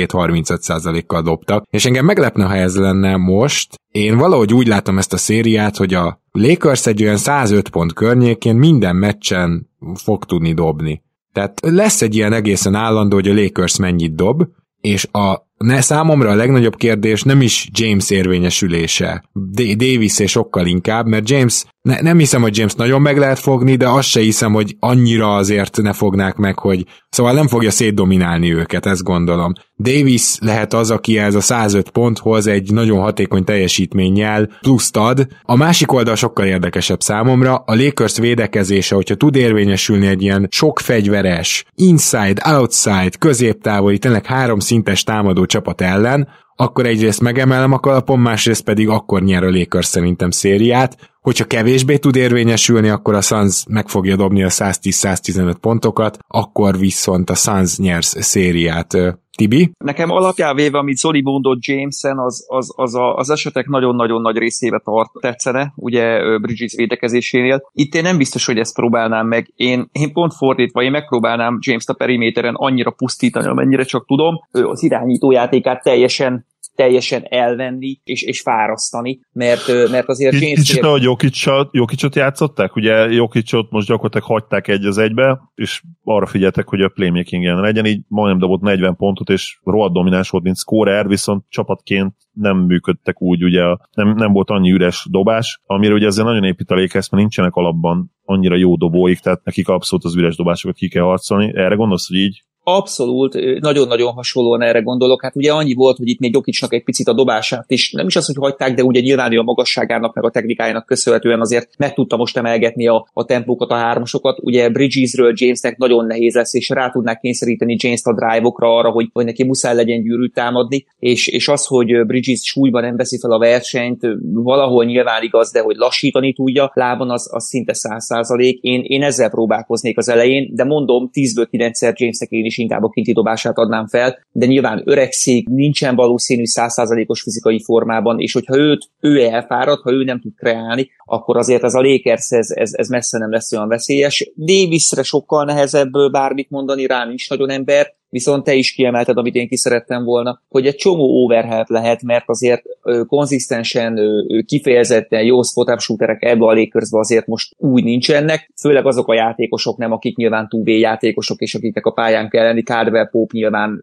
32-35%-kal dobtak. És engem meglepne, ha ez lenne most. Én valahogy úgy látom ezt a szériát, hogy a Lakers egy olyan 105 pont környékén minden meccsen fog tudni dobni. Tehát lesz egy ilyen egészen állandó, hogy a Lakers mennyit dob, és számomra a legnagyobb kérdés nem is James érvényesülése. Davis és sokkal inkább, mert James, nem hiszem, hogy James nagyon meg lehet fogni, de azt se hiszem, hogy annyira azért ne fognák meg, hogy szóval nem fogja szétdominálni őket, ezt gondolom. Davis lehet az, aki ez a 105 ponthoz egy nagyon hatékony teljesítménnyel pluszt ad. A másik oldal sokkal érdekesebb számomra, a Lakers védekezése, hogyha tud érvényesülni egy ilyen sok fegyveres, inside, outside, középtávoli, tényleg 3 szintes támadó csapat ellen, akkor egyrészt megemelem a kalapon, másrészt pedig akkor nyer a Lakers szerintem szériát. Hogyha kevésbé tud érvényesülni, akkor a Suns meg fogja dobni a 110-115 pontokat, akkor viszont a Suns nyersz szériát. Tibi? Nekem alapján véve, amit Zoli mondott Jameson, az esetek nagyon-nagyon nagy részébe tetszene, ugye Bridges védekezésénél. Itt én nem biztos, hogy ezt próbálnám meg. Én pont fordítva, én megpróbálnám James-t a periméteren annyira pusztítani, amennyire csak tudom. Az irányítójátékát teljesen elvenni és fárasztani, mert azért James... Kicsit ahogy Jokicot játszották, ugye Jokicot most gyakorlatilag hagyták 1-1-be, és arra figyeltek, hogy a playmaking-en legyen, így majdnem dobott 40 pontot, és rohadt domináns volt, mint scorer, viszont csapatként nem működtek úgy, ugye nem volt annyi üres dobás, amire ugye ezzel nagyon épít a Lakers, mert nincsenek alapban annyira jó dobóik, tehát nekik abszolút az üres dobásokat ki kell harcolni. Erre gondolsz, hogy így? Abszolút, nagyon-nagyon hasonlóan erre gondolok. Hát ugye annyi volt, hogy itt még Jokicnak egy picit a dobását is, nem is az, hogy hagyták, de ugye nyilván a magasságának, meg a technikájának köszönhetően azért meg tudta most emelgetni a tempókat, a hármasokat. Ugye Bridgesről Jamesnek nagyon nehéz lesz, és rá tudnák kényszeríteni James-t a drive-okra arra, hogy neki muszáj legyen gyűrűt támadni, és az, hogy Bridges súlyban nem veszi fel a versenyt, valahol nyilván igaz, de hogy lassítani tudja, lábon az szinte 100%. Én ezzel próbálkoznék az elején, de mondom, 10-ből 9-szer Jamesnek én is is inkább a kinti dobását adnám fel, de nyilván öregszik, nincsen valószínű 100%-os fizikai formában, és hogyha ő elfárad, ha ő nem tud kreálni, akkor azért ez a Lakers, ez messze nem lesz olyan veszélyes. Davisre sokkal nehezebb bármit mondani, rá nincs nagyon ember, viszont te is kiemelted, amit én ki szerettem volna, hogy egy csomó overhelp lehet, mert azért konzisztensen, kifejezetten jó spot-up shooterek ebbe a Lakersbe azért most úgy nincsenek, főleg azok a játékosok nem, akik nyilván 2B játékosok, és akiknek a pályán kell lenni. Caldwell Pope nyilván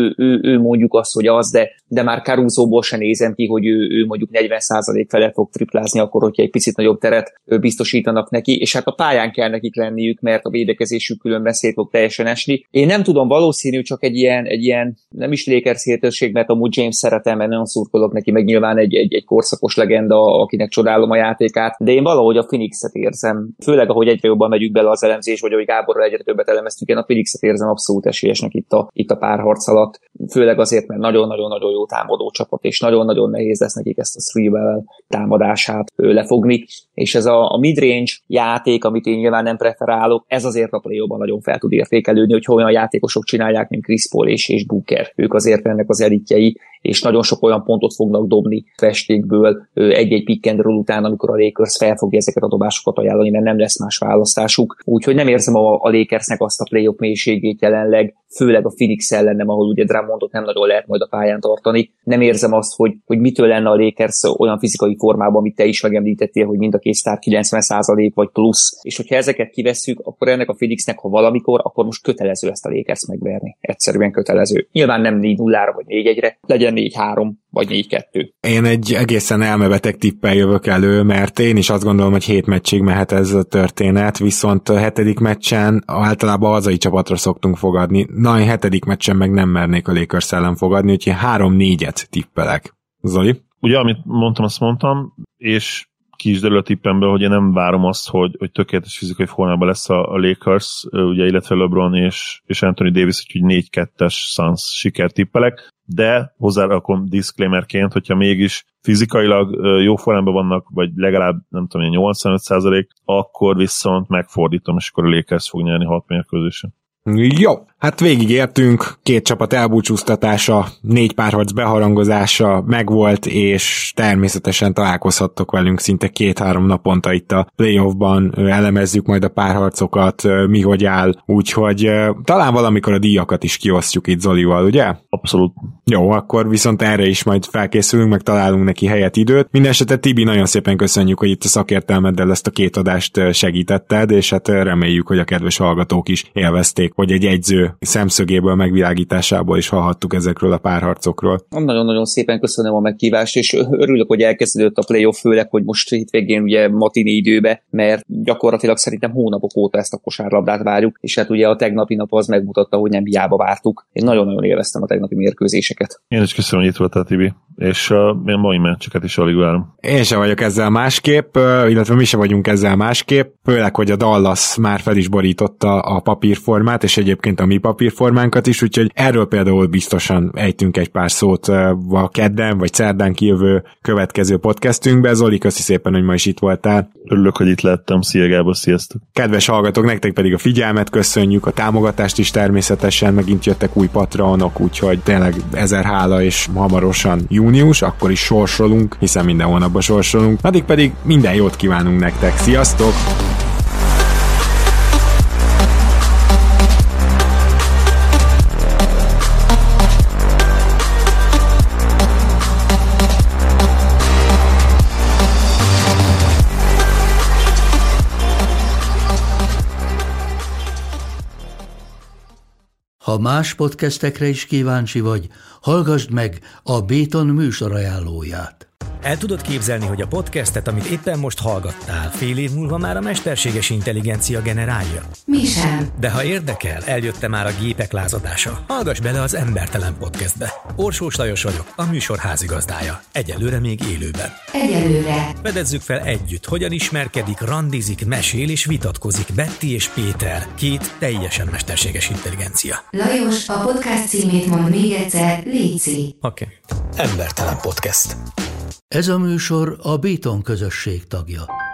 ő mondjuk azt, hogy az, de már Carusoból se nézem ki, hogy ő mondjuk 40% felett fog triplázni, akkor, hogyha egy picit nagyobb teret biztosítanak neki, és hát a pályán kell nekik lenniük, mert a védekezésük különben szét fog teljesen esni. Én nem tudom, valószínű csak egy ilyen nem is Lakers hétesség, mert amúgy James szeretem, mert nagyon szurkolok neki, meg nyilván egy korszakos legenda, akinek csodálom a játékát, de én valahogy a Phoenixet érzem, főleg ahogy egyre jobban megyünk bele az elemzés, vagy ahogy Gáborral egyre többet elemeztük, én a Phoenixet érzem abszolút esélyesnek itt a párharc alatt, főleg azért, mert nagyon-nagyon-nagyon jó támadó csapat, és nagyon-nagyon nehéz lesz nekik ezt a three-ball támadását lefogni, és ez a midrange játék, amit én nyilván nem preferálok, ez azért a play-ban nagyon fel tud értékelődni, hogy olyan játékosok csinálják, mint Chris Paul és Booker. Ők azért ennek az elitjei, és nagyon sok olyan pontot fognak dobni festékből egy-egy pick and roll után, amikor a Lakers fel fogja ezeket a dobásokat ajánlani, mert nem lesz más választásuk. Úgyhogy nem érzem a Lakersnek azt a playoff mélységét jelenleg, főleg a Phoenix ellenem, ahol ugye Drummondot nem nagyon lehet majd a pályán tartani. Nem érzem azt, hogy mitől lenne a Lakers olyan fizikai formában, amit te is megemlítettél, hogy mind a két sztár 90% vagy plusz. És hogyha ezeket kivesszük, akkor ennek a Phoenixnek, ha valamikor, akkor most kötelező ezt a Lakers megverni. Egyszerűen kötelező. Nyilván nem 4-0-ra vagy 4-1-re, legyen 4-3 vagy 4-2. Én egy egészen elmebeteg tippel jövök elő, mert én is azt gondolom, hogy 7 meccsig mehet ez a történet, viszont a 7. meccsen általában hazai csapatra szoktunk fogadni. Na, én 7. meccsen meg nem mernék a Lakers ellen fogadni, úgyhogy 3-4-et tippelek. Zoli? Ugye, amit mondtam, azt mondtam, és ki is derül a tippembe, hogy én nem várom azt, hogy tökéletes fizikai formában lesz a Lakers, ugye, illetve LeBron és Anthony Davis, úgyhogy 4-2-es Suns siker tippelek, de hozzárakom disclaimerként, hogyha mégis fizikailag jó formában vannak, vagy legalább, nem tudom, 85%, akkor viszont megfordítom, és akkor a Lakers fog nyerni 6 mérkőzésen. Jó, hát végigértünk, 2 csapat elbúcsúztatása, 4 párharc beharangozása megvolt, és természetesen találkozhattok velünk szinte 2-3 naponta itt a playoffban, elemezzük majd a párharcokat, mi hogy áll, úgyhogy talán valamikor a díjakat is kiosztjuk itt Zolival, ugye? Abszolút. Jó, akkor viszont erre is majd felkészülünk, meg találunk neki helyet, időt. Mindenesetre Tibi, nagyon szépen köszönjük, hogy itt a szakértelmeddel ezt a 2 adást segítetted, és hát reméljük, hogy a kedves hallgatók is élvezték, hogy egy egyző szemszögéből, megvilágításából is hallhattuk ezekről a párharcokról. Nagyon-nagyon szépen köszönöm a meghívást, és örülök, hogy elkezdődött a playoff, főleg, hogy most hétvégén ugye matini időbe, mert gyakorlatilag szerintem hónapok óta ezt a kosárlabdát várjuk, és hát ugye a tegnapi nap az megmutatta, hogy nem hiába vártuk. Én nagyon-nagyon élveztem a tegnapi mérkőzéseket. Én is köszönöm, hogy itt voltál, Tibi, és én mai meccseket is alig várom. Én sem vagyok ezzel másképp, illetve mi sem vagyunk ezzel másképp, főleg, hogy a Dallas már fel is borította a papírformát, és egyébként a mi papírformánkat is, úgyhogy erről például biztosan ejtünk egy pár szót a kedden vagy szerdán kijövő következő podcastünkbe. Zoli, köszi szépen, hogy ma is itt voltál. Örülök, hogy itt lettem. Szia Gábor, sziasztok! Kedves hallgatók, nektek pedig a figyelmet köszönjük, a támogatást is természetesen, megint jöttek új patronok, úgyhogy tényleg 1000 hála, és hamarosan június, akkor is sorsolunk, hiszen minden hónapban sorsolunk. Addig pedig minden jót kívánunk nektek. Sziasztok! Ha más podcastekre is kíváncsi vagy, hallgassd meg a Béton műsor ajánlóját. El tudod képzelni, hogy a podcastet, amit éppen most hallgattál, fél év múlva már a mesterséges intelligencia generálja? Mi sem. De ha érdekel, eljött már a gépek lázadása. Hallgass bele az Embertelen Podcastbe. Orsós Lajos vagyok, a műsor házigazdája. Egyelőre még élőben. Egyelőre. Fedezzük fel együtt, hogyan ismerkedik, randizik, mesél és vitatkozik Betty és Péter, 2 teljesen mesterséges intelligencia. Lajos, a podcast címét mond még egyszer, léci. Oké. Embertelen Podcast. Ez a műsor a Béton közösség tagja.